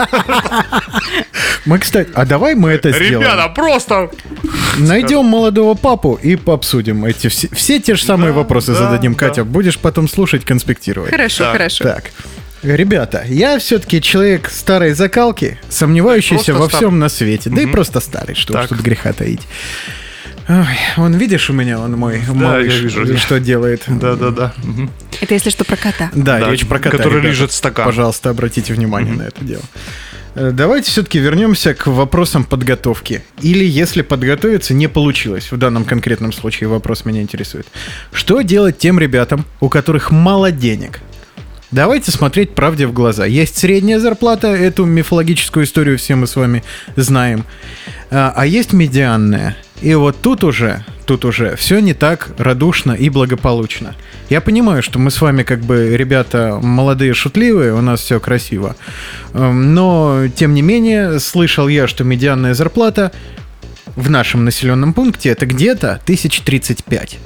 Мы, кстати, давай мы это сделаем. Ребята, просто... Найдем молодого папу и пообсудим эти все те же самые вопросы зададим. Катя, будешь потом слушать, конспектировать. Хорошо, хорошо. Так, ребята, я все-таки человек старой закалки, сомневающийся во всем на свете. Да и просто старый, что уж тут греха таить. Ой, видишь, у меня мой малыш, я вижу, что делает. Да. Это если что про кота. Да, речь про кота. Который ребята. лижет стакан. Пожалуйста, обратите внимание на это дело. Давайте все-таки вернемся к вопросам подготовки. Или если подготовиться не получилось, в данном конкретном случае вопрос меня интересует. Что делать тем ребятам, у которых мало денег? Давайте смотреть правде в глаза. Есть средняя зарплата, эту мифологическую историю все мы с вами знаем. А есть медианная. И вот тут уже все не так радушно и благополучно. Я понимаю, что мы с вами как бы ребята молодые, шутливые, у нас все красиво. Но, тем не менее, слышал я, что медианная зарплата в нашем населенном пункте это где-то 1035.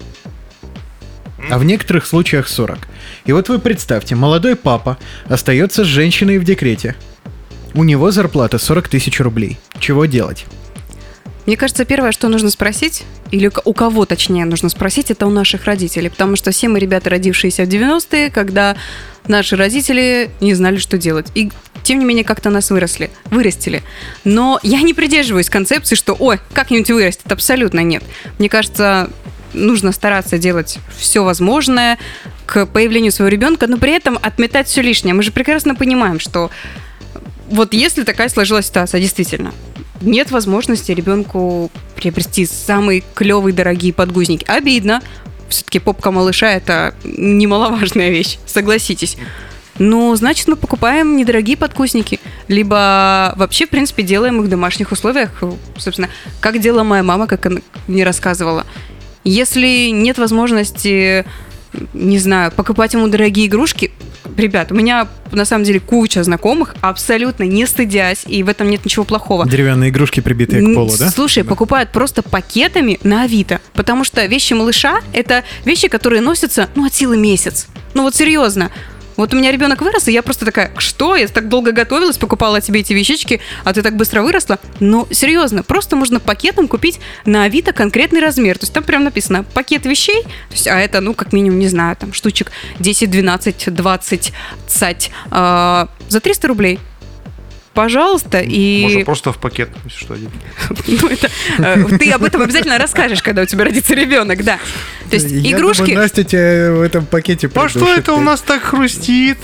А в некоторых случаях 40. И вот вы представьте, молодой папа остается с женщиной в декрете. У него зарплата 40 тысяч рублей. Чего делать? Мне кажется, первое, что нужно спросить, или у кого, точнее, нужно спросить, это у наших родителей. Потому что все мы ребята, родившиеся в 90-е, когда наши родители не знали, что делать. И, тем не менее, как-то нас вырастили. Но я не придерживаюсь концепции, что, ой, как-нибудь вырастет. Абсолютно нет. Мне кажется, нужно стараться делать все возможное к появлению своего ребенка, но при этом отметать все лишнее. Мы же прекрасно понимаем, что вот если такая сложилась ситуация, действительно, нет возможности ребенку приобрести самые клевые, дорогие подгузники. Обидно. Все-таки попка малыша – это немаловажная вещь, согласитесь. Но, значит, мы покупаем недорогие подгузники. Либо вообще, в принципе, делаем их в домашних условиях. Собственно, как делала моя мама, как она мне рассказывала. Если нет возможности, не знаю, покупать ему дорогие игрушки, ребят, у меня на самом деле куча знакомых, абсолютно не стыдясь, и в этом нет ничего плохого. Деревянные игрушки, прибитые к полу, да? Слушай, да. Покупают просто пакетами на Авито, потому что вещи малыша – это вещи, которые носятся, от силы месяц. Вот серьезно. Вот у меня ребенок вырос, и я просто такая, что? Я так долго готовилась, покупала тебе эти вещички, а ты так быстро выросла? Серьезно, просто можно пакетом купить на Авито конкретный размер. То есть там прям написано пакет вещей, то есть, а это, как минимум, не знаю, там штучек 10, 12, 20, цать, за 300 рублей. Пожалуйста, и... Можно просто в пакет, если что, один. Ты об этом обязательно расскажешь, когда у тебя родится ребенок, да. То есть игрушки... Я думаю, Настя тебя в этом пакете придушит. А что это у нас так хрустит?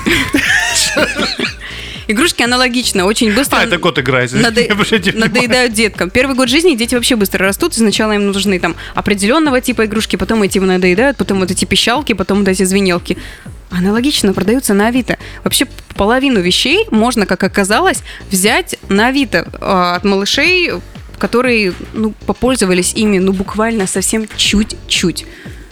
Игрушки аналогично, очень быстро... это кот играет. Надоедают деткам. Первый год жизни дети вообще быстро растут, и сначала им нужны там определенного типа игрушки, потом эти надоедают, потом вот эти пищалки, потом вот эти звенелки. Аналогично продаются на Авито. Вообще половину вещей можно, как оказалось, взять на Авито от малышей, которые попользовались ими буквально совсем чуть-чуть.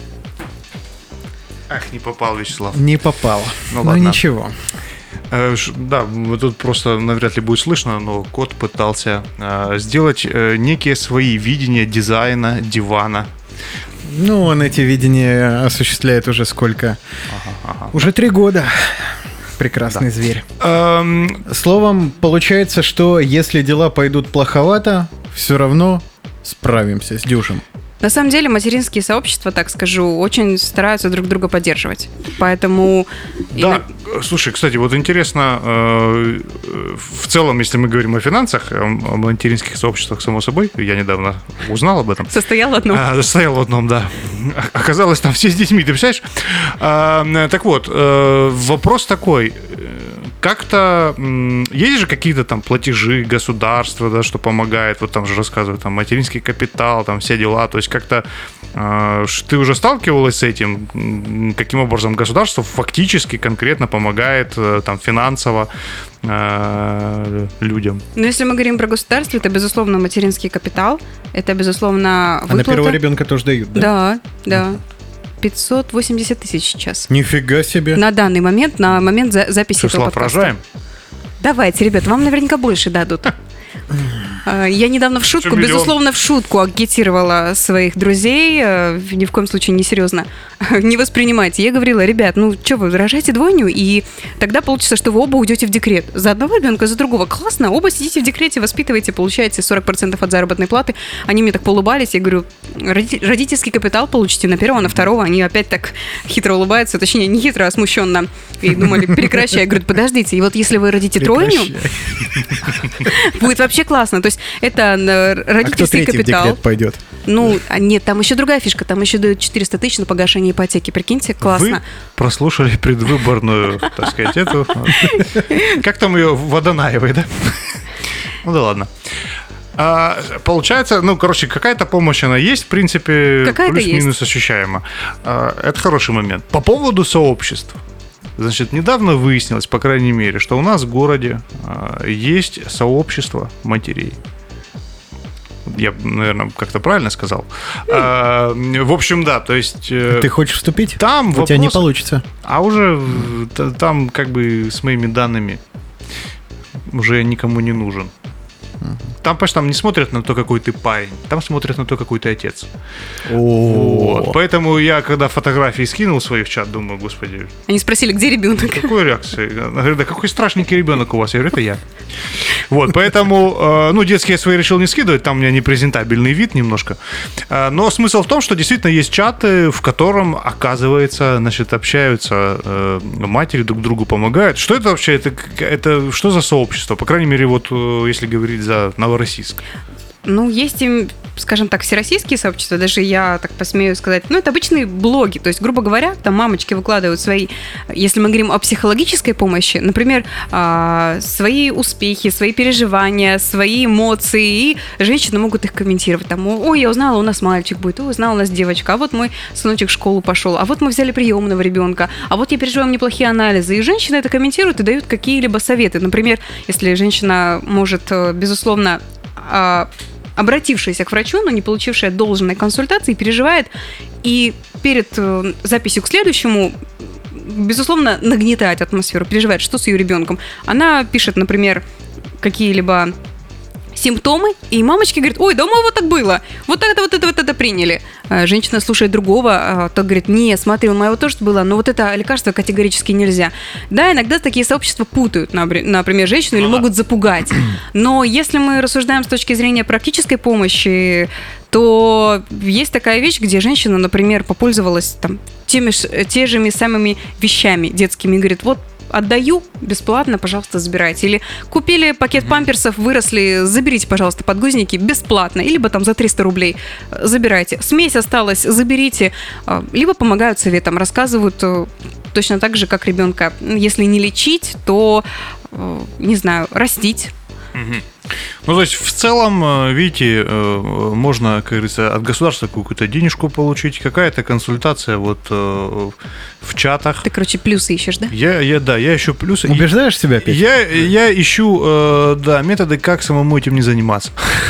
Ах, не попал, Вячеслав. Не попал. Ладно. Ничего. Да, тут просто навряд ли будет слышно, но кот пытался сделать некие свои видения дизайна дивана. Он эти видения осуществляет уже сколько? Уже 3 года. Прекрасный зверь. Словом, получается, что если дела пойдут плоховато, все равно справимся с дюжем. На самом деле материнские сообщества, так скажу, очень стараются друг друга поддерживать. Поэтому... Да, слушай, кстати, вот интересно, в целом, если мы говорим о финансах, о материнских сообществах, само собой, я недавно узнал об этом. Состоял в одном. Состоял в одном, да. Оказалось, там все с детьми, ты представляешь? Так вот, вопрос такой... Как-то есть же какие-то там платежи государства, да, что помогает, вот там же рассказывают, там материнский капитал, там все дела, то есть как-то ты уже сталкивалась с этим, каким образом государство фактически конкретно помогает там финансово людям? Если мы говорим про государство, это, безусловно, материнский капитал, это, безусловно, выплата. А на первого ребенка тоже дают, да? Да. 580 тысяч сейчас. Нифига себе. На данный момент, на момент записи этого подкаста. Рожаем? Давайте, ребят, вам наверняка больше дадут. Я недавно в шутку, безусловно, в шутку агитировала своих друзей, ни в коем случае не серьезно, не воспринимайте. Я говорила, ребят, что вы, рожайте двойню, и тогда получится, что вы оба уйдете в декрет. За одного ребенка, за другого. Классно, оба сидите в декрете, воспитываете, получаете 40% от заработной платы. Они мне так поулыбались, я говорю, родительский капитал получите на первого, на второго. Они опять так хитро улыбаются, точнее, не хитро, а смущенно. И думали, прекращай. Я говорю, подождите, и вот если вы родите тройню, будет вообще классно. То есть это родительский капитал. В декрет пойдет? Нет, там еще другая фишка. Там еще дают 400 тысяч на погашение ипотеки. Прикиньте, классно. Вы прослушали предвыборную, так сказать, эту... Как там ее? Водонаевой, да? Да ладно. Получается, какая-то помощь она есть, в принципе, плюс-минус ощущаема. Это хороший момент. По поводу сообществ. Значит, недавно выяснилось, по крайней мере, что у нас в городе есть сообщество матерей. я, наверное, как-то правильно сказал. В общем, да, то есть... Ты хочешь вступить? Там у тебя не получится. А уже там как бы с моими данными уже никому не нужен. Там, понимаешь, там не смотрят на то, какой ты парень, там смотрят на то, какой ты отец. Вот. Поэтому я, когда фотографии скинул свои в чат, думаю, господи. Они спросили, где ребенок? Какой реакции? Она говорит, да какой страшненький ребенок у вас? Я говорю, это я. Вот, поэтому, детские свои решил не скидывать, там у меня непрезентабельный вид немножко. Но смысл в том, что действительно есть чаты, в котором, оказывается, значит, общаются матери, друг другу помогают. Что это вообще? Это что за сообщество? По крайней мере, вот если говорить за Новороссийск. Есть им, скажем так, всероссийские сообщества, даже я так посмею сказать, это обычные блоги, то есть, грубо говоря, там мамочки выкладывают свои, если мы говорим о психологической помощи, например, свои успехи, свои переживания, свои эмоции, и женщины могут их комментировать, там, ой, я узнала, у нас мальчик будет, ой, узнала, у нас девочка, а вот мой сыночек в школу пошел, а вот мы взяли приемного ребенка, а вот я переживаю неплохие анализы, и женщины это комментируют и дают какие-либо советы, например, если женщина может, безусловно, обратившаяся к врачу, но не получившая должной консультации, переживает и перед записью к следующему, безусловно, нагнетает атмосферу, переживает, что с ее ребенком. Она пишет, например, какие-либо симптомы, и мамочки говорят, ой, да у моего так было, вот это приняли. Женщина слушает другого, тот говорит, не, смотри, у моего тоже было, но вот это лекарство категорически нельзя. Да, иногда такие сообщества путают, например, женщину или могут запугать. Но если мы рассуждаем с точки зрения практической помощи, то есть такая вещь, где женщина, например, попользовалась там теми же самыми вещами детскими и говорит, вот, отдаю бесплатно, пожалуйста, забирайте. Или купили пакет памперсов, выросли, заберите, пожалуйста, подгузники бесплатно. Либо там за 300 рублей забирайте. Смесь осталась, заберите. Либо помогают советом, рассказывают точно так же, как ребенка. Если не лечить, то, не знаю, растить. То есть, в целом, видите, можно, как говорится, от государства какую-то денежку получить, какая-то консультация вот в чатах. Ты, короче, плюсы ищешь, да? Я ищу плюсы. Убеждаешь себя, Петя? Я ищу, методы, как самому этим не заниматься.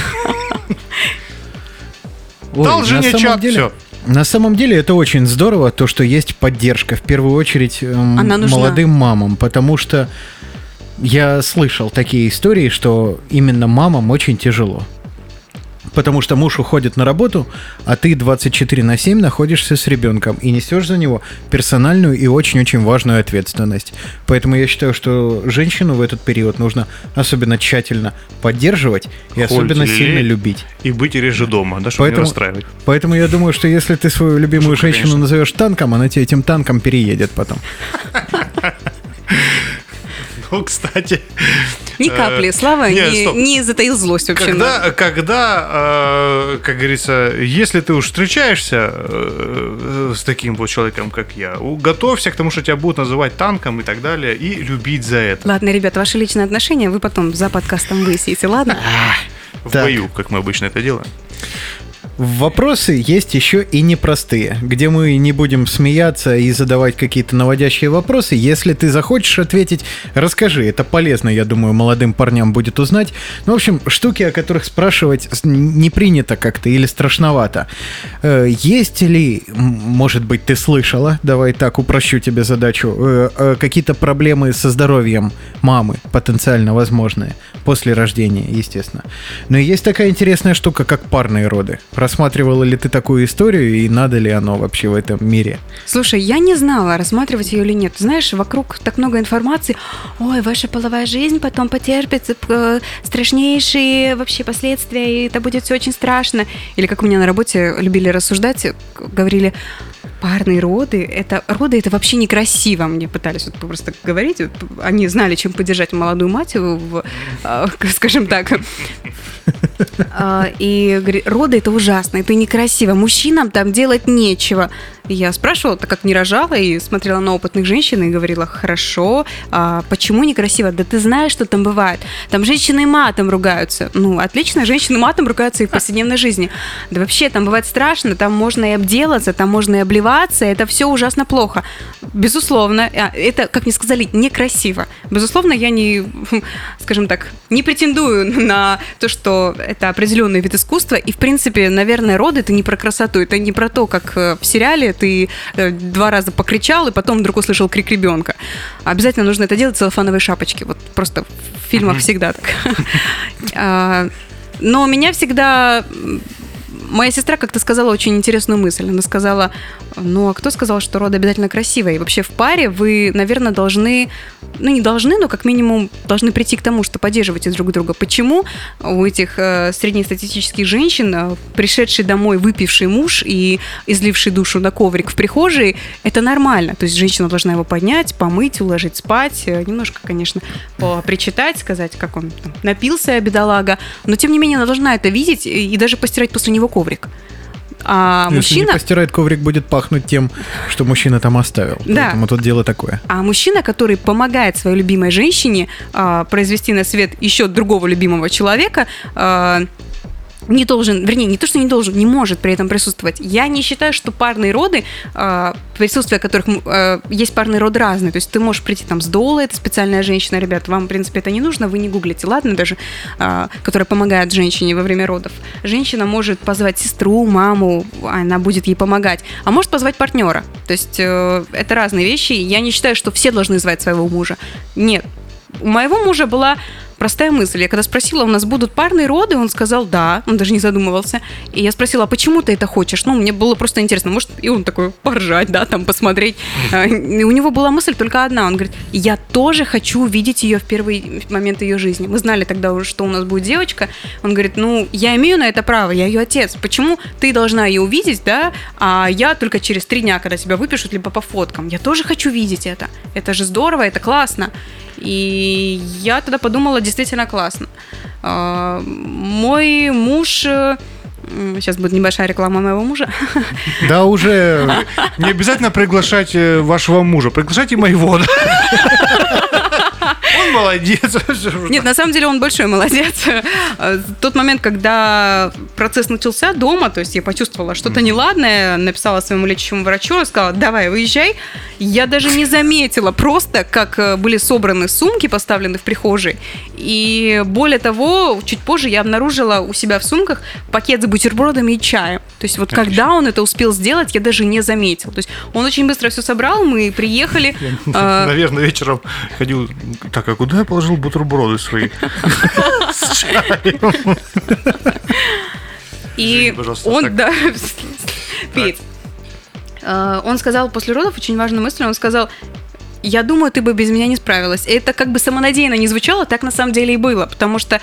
Дал жене чат, все. На самом деле это очень здорово, то, что есть поддержка, в первую очередь, молодым мамам, потому что я слышал такие истории, что именно мамам очень тяжело. Потому что муж уходит на работу, а ты 24/7 находишься с ребенком и несешь за него персональную и очень-очень важную ответственность. Поэтому я считаю, что женщину в этот период нужно особенно тщательно поддерживать и особенно сильно любить. И быть реже дома, да, чтобы не расстраивать. Поэтому я думаю, что если ты свою любимую женщину назовешь танком, она тебя этим танком переедет потом. Кстати... Ни капли, Слава не затаил злость вообще. Когда, как говорится, если ты уж встречаешься с таким вот человеком, как я, готовься к тому, что тебя будут называть танком и так далее, и любить за это. Ладно, ребята, ваши личные отношения вы потом за подкастом выясните, ладно? В бою, как мы обычно это делаем. Вопросы есть еще и непростые, где мы не будем смеяться и задавать какие-то наводящие вопросы. Если ты захочешь ответить, расскажи. Это полезно, я думаю, молодым парням будет узнать. В общем, штуки, о которых спрашивать не принято как-то или страшновато. Есть ли, может быть, ты слышала, давай так упрощу тебе задачу, какие-то проблемы со здоровьем мамы, потенциально возможные, после рождения, естественно. Но есть такая интересная штука, как парные роды. Рассматривала ли ты такую историю и надо ли оно вообще в этом мире? Слушай, я не знала, рассматривать ее или нет. Знаешь, вокруг так много информации. Ой, ваша половая жизнь потом потерпит страшнейшие вообще последствия, и это будет все очень страшно. Или как у меня на работе любили рассуждать, говорили, парные роды это вообще некрасиво. Мне пытались вот просто говорить. Они знали, чем поддержать молодую мать, скажем так. И говорит, роды это ужасно, это некрасиво, мужчинам там делать нечего. И я спрашивала, так как не рожала, и смотрела на опытных женщин и говорила, хорошо, почему некрасиво? Да ты знаешь, что там бывает. Там женщины матом ругаются. Ну, отлично, женщины матом ругаются и в повседневной жизни. Да вообще, там бывает страшно, там можно и обделаться, там можно и обливаться, это все ужасно плохо. Безусловно, это, как мне сказали, некрасиво. Безусловно, я не, скажем так, не претендую на то, что это определенный вид искусства, и, в принципе, наверное, роды — это не про красоту, это не про то, как в сериале ты 2 раза покричал, и потом вдруг услышал крик ребенка. Обязательно нужно это делать в целлофановой шапочке. Вот просто в фильмах всегда так. Но меня всегда... Моя сестра как-то сказала очень интересную мысль. Она сказала, ну, а кто сказал, что роды обязательно красивые? И вообще в паре вы, наверное, должны, ну, не должны, но как минимум должны прийти к тому, что поддерживаете друг друга. Почему у этих среднестатистических женщин, пришедший домой выпивший муж и изливший душу на коврик в прихожей, это нормально? То есть женщина должна его поднять, помыть, уложить спать, немножко, конечно, причитать, сказать, как он там напился, бедолага, но тем не менее она должна это видеть и даже постирать после него коврик. А если мужчина... не постирает коврик, будет пахнуть тем, что мужчина там оставил. Да. Поэтому тут дело такое. А мужчина, который помогает своей любимой женщине произвести на свет еще другого любимого человека, не должен, вернее, не то, что не должен, не может при этом присутствовать. Я не считаю, что парные роды, присутствие которых есть парные роды разные. То есть ты можешь прийти там с доулой, это специальная женщина, ребят, вам, в принципе, это не нужно, вы не гуглите, ладно, даже, которая помогает женщине во время родов. Женщина может позвать сестру, маму, она будет ей помогать, а может позвать партнера. То есть это разные вещи. Я не считаю, что все должны звать своего мужа. Нет. У моего мужа была простая мысль. Я когда спросила, у нас будут парные роды, он сказал да, он даже не задумывался. И я спросила, а почему ты это хочешь? Ну, мне было просто интересно, может, и он такой поржать, да, там, посмотреть. И у него была мысль только одна, он говорит, я тоже хочу увидеть ее в первый момент ее жизни. Мы знали тогда уже, что у нас будет девочка. Он говорит, ну, я имею на это право, я ее отец. Почему ты должна ее увидеть, да, а я только через 3 дня, когда тебя выпишут, либо по фоткам. Я тоже хочу видеть это. Это же здорово, это классно. И я тогда подумала, действительно классно. Мой муж... Сейчас будет небольшая реклама моего мужа. Да, уже... Не обязательно приглашать вашего мужа, приглашайте моего. Он молодец. Нет, на самом деле он большой молодец. В тот момент, когда процесс начался дома, то есть я почувствовала что-то неладное, написала своему лечащему врачу, он сказал, давай, выезжай. Я даже не заметила просто, как были собраны сумки, поставлены в прихожей. И более того, чуть позже я обнаружила у себя в сумках пакет с бутербродами и чаем. То есть вот когда он это успел сделать, я даже не заметила. То есть он очень быстро все собрал, мы приехали. Наверное, вечером ходил, так, а куда я положил бутерброды свои? С чаем. И он, да, Петь, он сказал после родов очень важную мысль, он сказал, я думаю, ты бы без меня не справилась. И это как бы самонадеянно не звучало, так на самом деле и было, потому что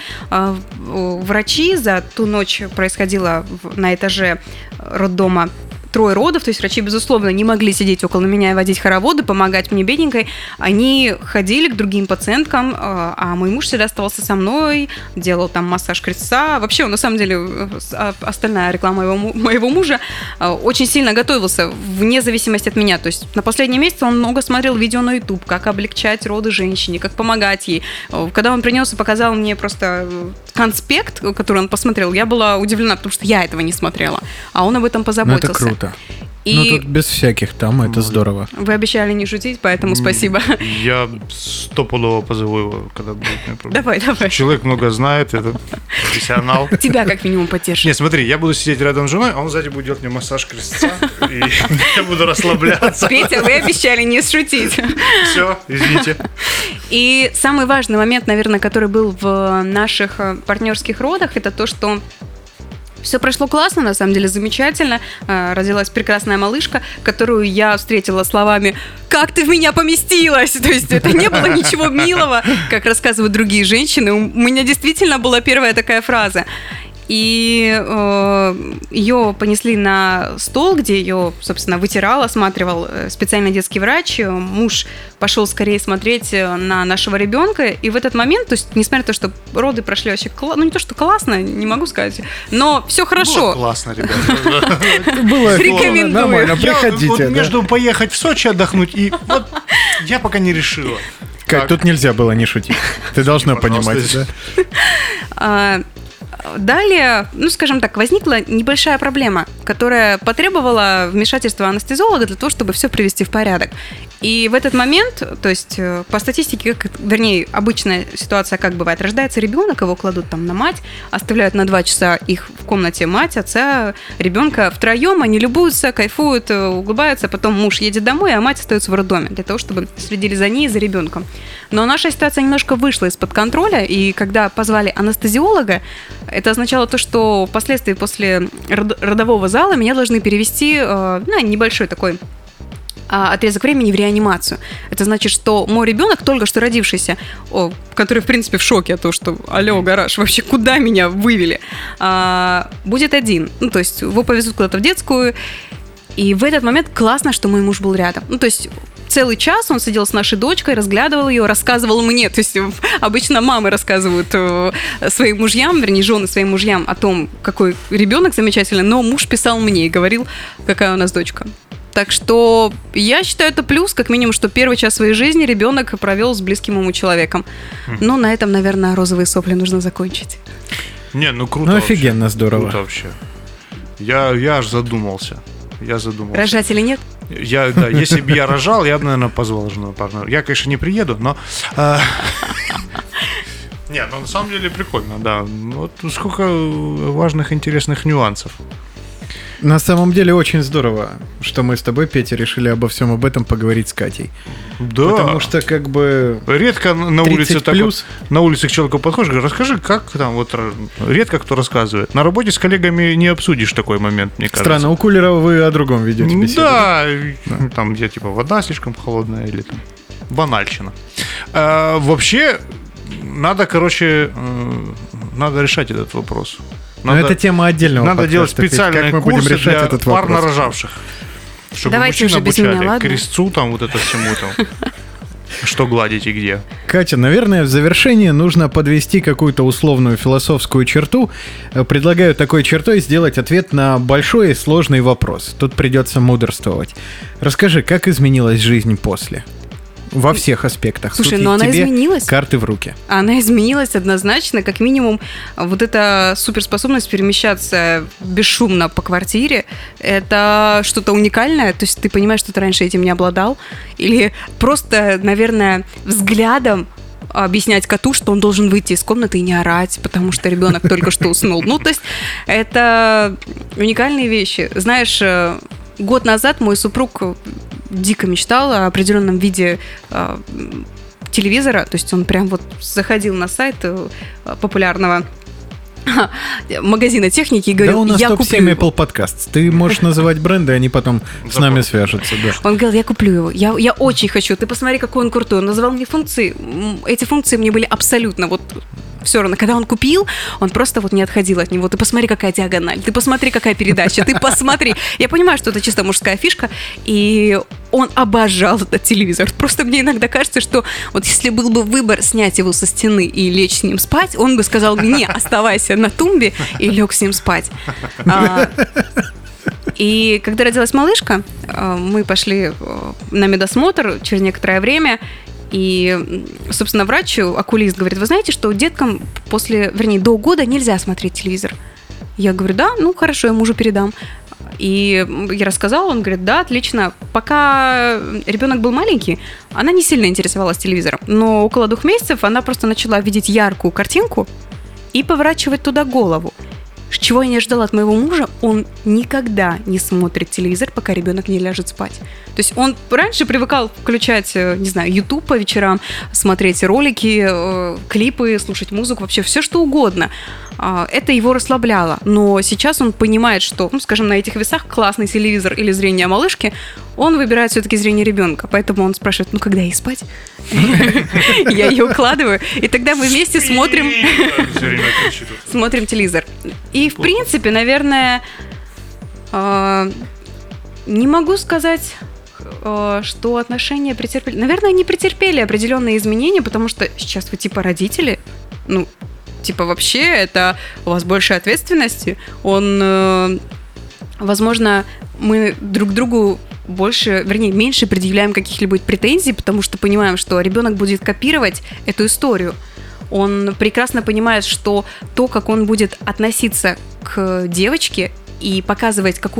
врачи за ту ночь происходило на этаже роддома 3 родов, то есть врачи, безусловно, не могли сидеть около меня и водить хороводы, помогать мне бедненькой. Они ходили к другим пациенткам, а мой муж всегда оставался со мной, делал там массаж крестца. Вообще, он, на самом деле, остальная реклама моего мужа, очень сильно готовился, вне зависимости от меня. То есть на последнем месяце он много смотрел видео на YouTube, как облегчать роды женщине, как помогать ей. Когда он принес и показал мне просто конспект, который он посмотрел, я была удивлена, потому что я этого не смотрела, а он об этом позаботился. Ну, это круто. И ну, тут без всяких там, это здорово. Вы обещали не шутить, поэтому спасибо. Я стопудово позову его, когда будет. Давай. Человек много знает, это профессионал. Тебя как минимум поддержит. Нет, смотри, я буду сидеть рядом с женой, а он сзади будет делать мне массаж крестца, и я буду расслабляться. Петя, вы обещали не шутить. Все, извините. И самый важный момент, наверное, который был в наших партнерских родах, это то, что все прошло классно, на самом деле замечательно. Родилась прекрасная малышка, которую я встретила словами «Как ты в меня поместилась?» То есть это не было ничего милого, как рассказывают другие женщины. У меня действительно была первая такая фраза. И ее понесли на стол, где ее, собственно, вытирал, осматривал специальный детский врач. Муж пошел скорее смотреть на нашего ребенка. И в этот момент, то есть, несмотря на то, что роды прошли вообще, ну не то, что классно, не могу сказать, но все хорошо. Было классно, ребята. Было Рекомендую. нормально, приходите. Между поехать в Сочи отдохнуть и вот я пока не решила. Кать, тут нельзя было не шутить. Ты должна понимать, да? Далее, ну, скажем так, возникла небольшая проблема, которая потребовала вмешательства анестезиолога для того, чтобы все привести в порядок. И в этот момент, то есть по статистике, вернее, обычная ситуация как бывает, рождается ребенок, его кладут там на мать, оставляют на 2 часа их в комнате мать, отца, ребенка втроем, они любуются, кайфуют, улыбаются, потом муж едет домой, а мать остается в роддоме для того, чтобы следили за ней и за ребенком. Но наша ситуация немножко вышла из-под контроля, и когда позвали анестезиолога, это означало то, что впоследствии после родового зала меня должны перевести на небольшой такой отрезок времени в реанимацию. Это значит, что мой ребенок, только что родившийся, который, в принципе, в шоке от того, что алло, гараж, вообще куда меня вывели, будет один. Ну, то есть его повезут куда-то в детскую. И в этот момент классно, что мой муж был рядом. Ну, то есть целый час он сидел с нашей дочкой, разглядывал ее, рассказывал мне. То есть обычно мамы рассказывают своим мужьям, вернее, жены своим мужьям о том, какой ребенок замечательный, но муж писал мне и говорил, какая у нас дочка. Так что я считаю, это плюс, как минимум, что первый час своей жизни ребенок провел с близким ему человеком. Но на этом, наверное, розовые сопли нужно закончить. Не, ну круто. Ну офигенно, вообще. здорово. Круто вообще. Я аж задумался. Рожать или нет? Да, если бы я рожал, я бы, наверное, позвал жену партнера. Я, конечно, не приеду, но... Нет, ну на самом деле прикольно, да. Вот сколько важных, интересных нюансов. На самом деле очень здорово, что мы с тобой, Петя, решили обо всем об этом поговорить с Катей. Да. Потому что как бы... Редко на улице так плюс. Вот, на улице к человеку подходишь, говоришь, расскажи, как там, вот редко кто рассказывает. На работе с коллегами не обсудишь такой момент, мне кажется. Странно, у Кулера вы о другом ведете беседу. Да, там где типа вода слишком холодная или там банальщина. Вообще, надо, надо решать этот вопрос. Но это тема отдельного Надо подкаста, делать специальные как мы будем курсы решать для этот пар вопрос. нарожавших. Чтобы Давайте мужчин уже без меня, обучали ладно? крестцу, там вот это всему там. Что гладить и где. Катя, наверное, в завершение нужно подвести какую-то условную философскую черту. Предлагаю такой чертой сделать ответ на большой и сложный вопрос. Тут придется мудрствовать. Расскажи, как изменилась жизнь после? Во всех аспектах. Слушай, Тут но она тебе изменилась. Карты в руки. Она изменилась однозначно, как минимум, вот эта суперспособность перемещаться бесшумно по квартире, это что-то уникальное, то есть ты понимаешь, что ты раньше этим не обладал, или просто, наверное, взглядом объяснять коту, что он должен выйти из комнаты и не орать, потому что ребенок только что уснул. Ну, то есть это уникальные вещи. Знаешь, год назад мой супруг дико мечтал о определенном виде телевизора, то есть он прям вот заходил на сайт популярного магазина техники и говорил, да у нас я куплю топ-7 его. Apple Podcasts. Ты можешь называть бренды, они потом с нами свяжутся. Да. Он говорил, я куплю его, я очень хочу, ты посмотри, какой он крутой. Он называл мне функции, эти функции мне были абсолютно вот все равно. Когда он купил, он просто вот не отходил от него. Ты посмотри, какая диагональ, ты посмотри, какая передача, ты посмотри. Я понимаю, что это чисто мужская фишка, и он обожал этот телевизор. Просто мне иногда кажется, что вот если был бы выбор снять его со стены и лечь с ним спать, он бы сказал, не, оставайся на тумбе, и лег с ним спать. И когда родилась малышка, мы пошли на медосмотр через некоторое время, и, собственно, врач, окулист, говорит, вы знаете, что деткам до года нельзя смотреть телевизор? Я говорю, да, ну хорошо, я мужу передам. И я рассказала, он говорит, да, отлично. Пока ребенок был маленький, она не сильно интересовалась телевизором, но около 2 месяцев она просто начала видеть яркую картинку и поворачивать туда голову. Чего я не ожидала от моего мужа, он никогда не смотрит телевизор, пока ребенок не ляжет спать. То есть он раньше привыкал включать, не знаю, YouTube по вечерам, смотреть ролики, клипы, слушать музыку, вообще все что угодно. Это его расслабляло. Но сейчас он понимает, что, ну, скажем, на этих весах классный телевизор или зрение малышки, он выбирает все-таки зрение ребенка. Поэтому он спрашивает, ну, когда ей спать? Я ее укладываю, и тогда мы вместе смотрим телевизор. И, в принципе, наверное, не могу сказать, что отношения претерпели. Наверное, они претерпели определенные изменения, потому что сейчас вы типа родители, ну, типа вообще это у вас больше ответственности. Возможно, мы друг другу меньше предъявляем каких-либо претензий, потому что понимаем, что ребенок будет копировать эту историю. Он прекрасно понимает, что то, как он будет относиться к девочке, и показывать, как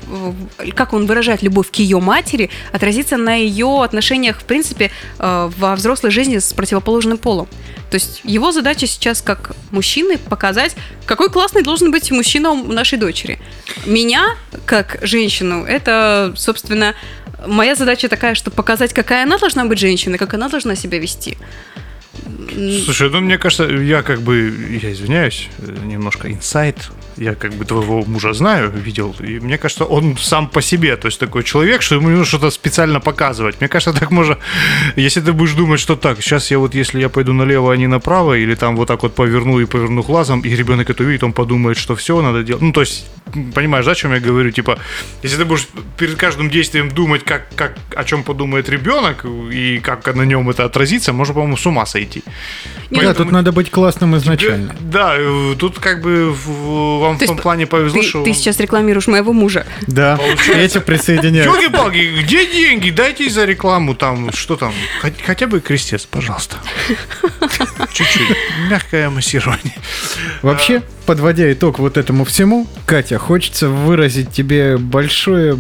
он выражает любовь к ее матери, отразится на ее отношениях, в принципе, во взрослой жизни с противоположным полом. То есть его задача сейчас как мужчины показать, какой классный должен быть мужчина у нашей дочери. Меня, как женщину, это, собственно, моя задача такая, что показать, какая она должна быть женщиной, как она должна себя вести. Слушай, ну мне кажется, я извиняюсь, немножко инсайт. Я как бы твоего мужа знаю, видел, и мне кажется, он сам по себе, то есть такой человек, что ему нужно что-то специально показывать. Мне кажется, так можно, если ты будешь думать, что так, сейчас если я пойду налево, а не направо, или там вот так вот поверну глазом, и ребенок это увидит, он подумает, что все, надо делать. Ну, то есть, понимаешь, да, о чем я говорю? Типа, если ты будешь перед каждым действием думать, о чем подумает ребенок, и как на нем это отразится, можно, по-моему, с ума сойти. Да, тут надо быть классным изначально. Да, тут как бы вам в том плане повезло, что... Ты сейчас рекламируешь моего мужа. Да, Петя присоединяется. Ёлки-палки, где деньги? Дайте за рекламу, там, что там? Хотя бы крестец, пожалуйста. Чуть-чуть. Мягкое массирование. Вообще, подводя итог вот этому всему, Катя, хочется выразить тебе большое,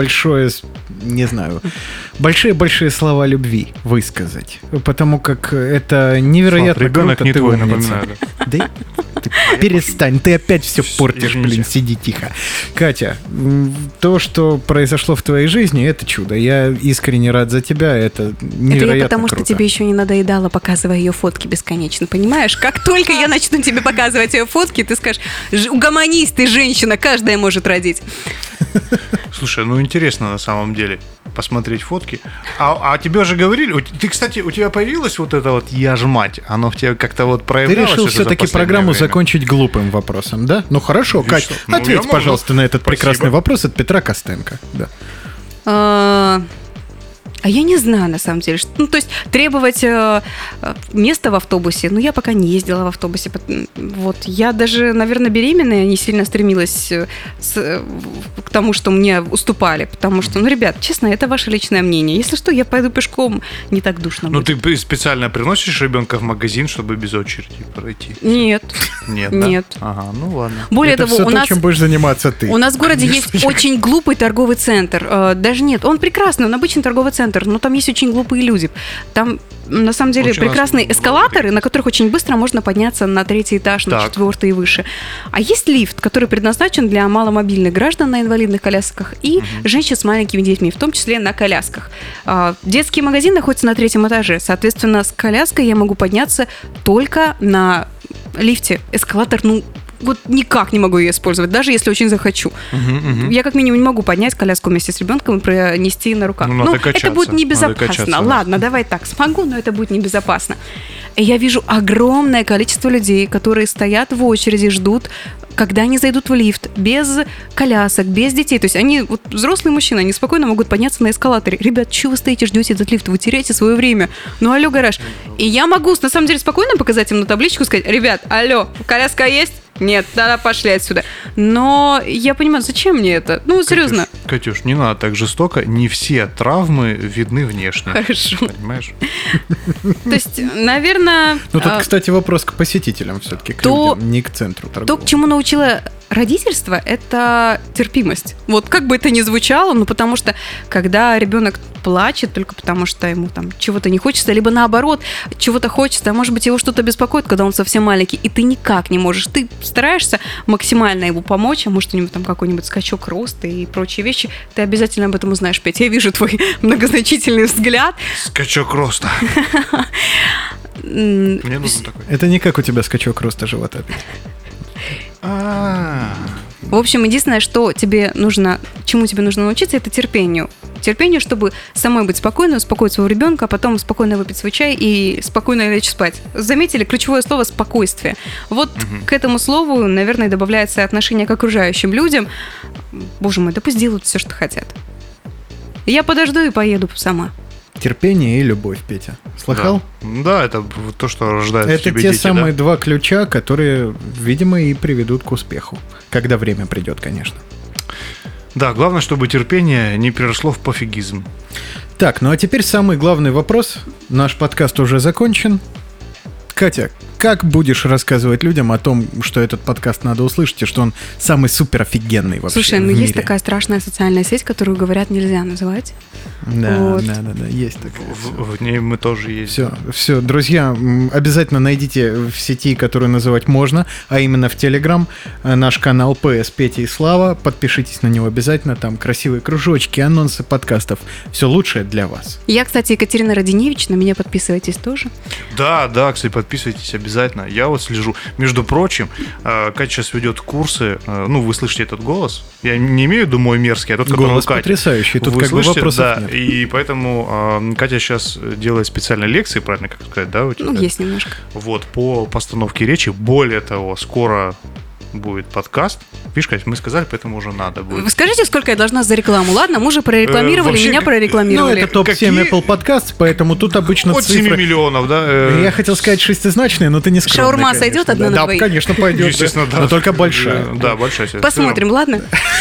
не знаю, большие слова любви высказать. Потому как это невероятно ребенок круто, не ты твой, умница. напоминаю. Да ты перестань, ты опять все портишь, Извините. сиди тихо. Катя, то, что произошло в твоей жизни, это чудо. Я искренне рад за тебя, это невероятно Это я потому, круто. что тебе еще не надоедало, показывая ее фотки бесконечно, понимаешь? Как только я начну тебе показывать ее фотки, ты скажешь, угомонись, ты женщина, каждая может родить. Слушай, ну интересно на самом деле посмотреть фотки. А тебе же говорили, ты, кстати, у тебя появилась вот это вот «я ж мать», оно в тебе как-то вот Ты проявлялось? решил уже за все-таки последнее программу время? закончить глупым вопросом, да? Ну хорошо, Видишь, Кать, что? Ну, я ответь, могу. пожалуйста, на этот Спасибо. прекрасный вопрос от Петра Костенко. Да. А я не знаю, на самом деле. Ну, то есть требовать места в автобусе, я пока не ездила в автобусе. Вот. Я даже, наверное, беременная не сильно стремилась к тому, что мне уступали. Потому что, ребят, честно, это ваше личное мнение. Если что, я пойду пешком, не так душно Ну, будет. ты специально приносишь ребенка в магазин, чтобы без очереди пройти? Нет. Нет, да? Нет. Ага, ну ладно. Более Это того, все у то, нас... чем будешь заниматься ты. У нас в городе есть очень глупый торговый центр. Даже нет, он прекрасный, он обычный торговый центр, но там есть очень глупые люди. Там, на самом деле, Очень прекрасные нас эскалаторы, на которых очень быстро можно подняться на 3-й этаж, на Так. 4-й и выше. А есть лифт, который предназначен для маломобильных граждан на инвалидных колясках и женщин с маленькими детьми, в том числе на колясках. Детский магазин находится на 3-м этаже. Соответственно, с коляской я могу подняться только на лифте. Эскалатор, вот никак не могу ее использовать, даже если очень захочу. Я как минимум не могу поднять коляску вместе с ребенком и пронести на руках. Ну, надо качаться. Это будет Надо небезопасно. качаться, да. Ладно, давай так, смогу, но это будет небезопасно. И я вижу огромное количество людей, которые стоят в очереди, ждут, когда они зайдут в лифт, без колясок, без детей. То есть они, вот взрослые мужчины, они спокойно могут подняться на эскалаторе. Ребят, чего вы стоите, ждете этот лифт? Вы теряете свое время. Алло, гараж. И я могу, на самом деле, спокойно показать им на табличку, сказать, ребят, алло, коляска есть? Нет, тогда пошли отсюда. Но я понимаю, зачем мне это? Серьезно. Катюш, не надо так жестоко. Не все травмы видны внешне. Хорошо. Понимаешь? То есть, наверное... Тут, кстати, вопрос к посетителям все-таки, к То- людям, не к центру То, торговому. к чему научила родительство, это терпимость. Вот как бы это ни звучало, потому что когда ребенок плачет только потому, что ему там чего-то не хочется, либо наоборот, чего-то хочется, а может быть его что-то беспокоит, когда он совсем маленький, и ты никак не можешь. Ты стараешься максимально ему помочь, а может у него там какой-нибудь скачок роста и прочие вещи, ты обязательно об этом узнаешь, Петя. Я вижу твой многозначительный взгляд. Скачок роста. Мне нужен такой. Это не как у тебя скачок роста живота. В общем, единственное, что тебе нужно, чему тебе нужно научиться, это терпению. Терпению, чтобы самой быть спокойной, успокоить своего ребенка, а потом спокойно выпить свой чай и спокойно лечь спать. Заметили ключевое слово «спокойствие». Вот к этому слову, наверное, добавляется отношение к окружающим людям. Боже мой, да пусть делают все, что хотят. Я подожду и поеду сама. Терпение и любовь, Петя. Слыхал? Да, это вот то, что рождает в Это тебе те дети, самые да? два ключа, которые, видимо, и приведут к успеху. Когда время придет, конечно. Да, главное, чтобы терпение не переросло в пофигизм. Так, ну а теперь самый главный вопрос. Наш подкаст уже закончен. Катя, как будешь рассказывать людям о том, что этот подкаст надо услышать, и что он самый супер офигенный вообще Слушай, в ну мире? есть такая страшная социальная сеть, которую, говорят, нельзя называть. Да, Вот. да, есть такая. В ней мы тоже есть. Все, друзья, обязательно найдите в сети, которую называть можно, а именно в Telegram, наш канал PS Петя и Слава. Подпишитесь на него обязательно, там красивые кружочки, анонсы подкастов. Все лучшее для вас. Я, кстати, Екатерина Родиневич, на меня подписывайтесь тоже. Да, кстати, подписывайтесь обязательно. Я вот слежу. Между прочим, Катя сейчас ведет курсы. Ну, вы слышите этот голос. Я не имею в виду мой мерзкий, а тот, который у Голос Кати. потрясающий, тут Вы как слышите? бы вопросов Да, нет. и поэтому Катя сейчас делает специальные лекции, правильно как сказать, да? У тебя? Ну, есть немножко. Вот, по постановке речи. Более того, скоро будет подкаст. Видишь, Катя, мы сказали, поэтому уже надо Вы будет. скажите, сколько я должна за рекламу? Ладно, мы уже прорекламировали, вообще, меня Ну, прорекламировали. это топ-7 Какие? Apple Podcast, поэтому тут обычно От 7 цифры... миллионов, да? Я хотел сказать шестизначные, но ты не скромный, Шаурма конечно. сойдет одна на Да, двоих? конечно, пойдет. Естественно, да. Но только большая. Да, большая. Посмотрим, ладно?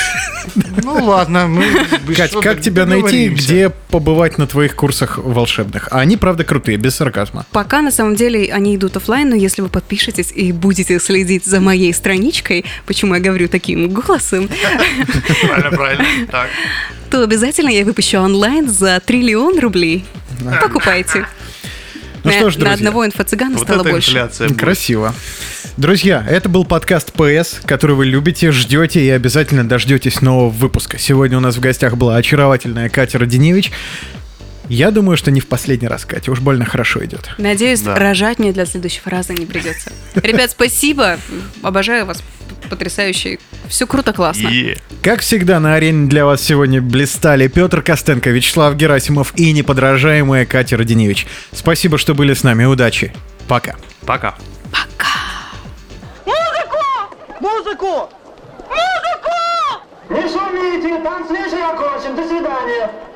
Ну ладно, мы... Кать, что-то как тебя найти, договоримся. где побывать на твоих курсах волшебных? А они, правда, крутые, без сарказма. Пока, на самом деле, они идут оффлайн, но если вы подпишетесь и будете следить за моей страничкой, почему я говорю таким голосом, Правильно. Так. то обязательно я выпущу онлайн за 3 000 000 рублей. Покупайте. Ну что ж, На друзья. одного инфо-цыгана Вот стало это больше. инфляция будет. Красиво. Друзья, это был подкаст PS, который вы любите, ждете и обязательно дождетесь нового выпуска. Сегодня у нас в гостях была очаровательная Катя Родиневич. Я думаю, что не в последний раз, Катя, уж больно хорошо идет. Надеюсь, Да. рожать мне для следующего раза не придется. Ребят, спасибо. Обожаю вас. Потрясающе. Все круто, классно. Как всегда, на арене для вас сегодня блистали Петр Костенко, Вячеслав Герасимов и неподражаемая Катя Родиневич. Спасибо, что были с нами. Удачи. Пока. Пока. Музыку! Не шумите, танцвишь окончен. До свидания.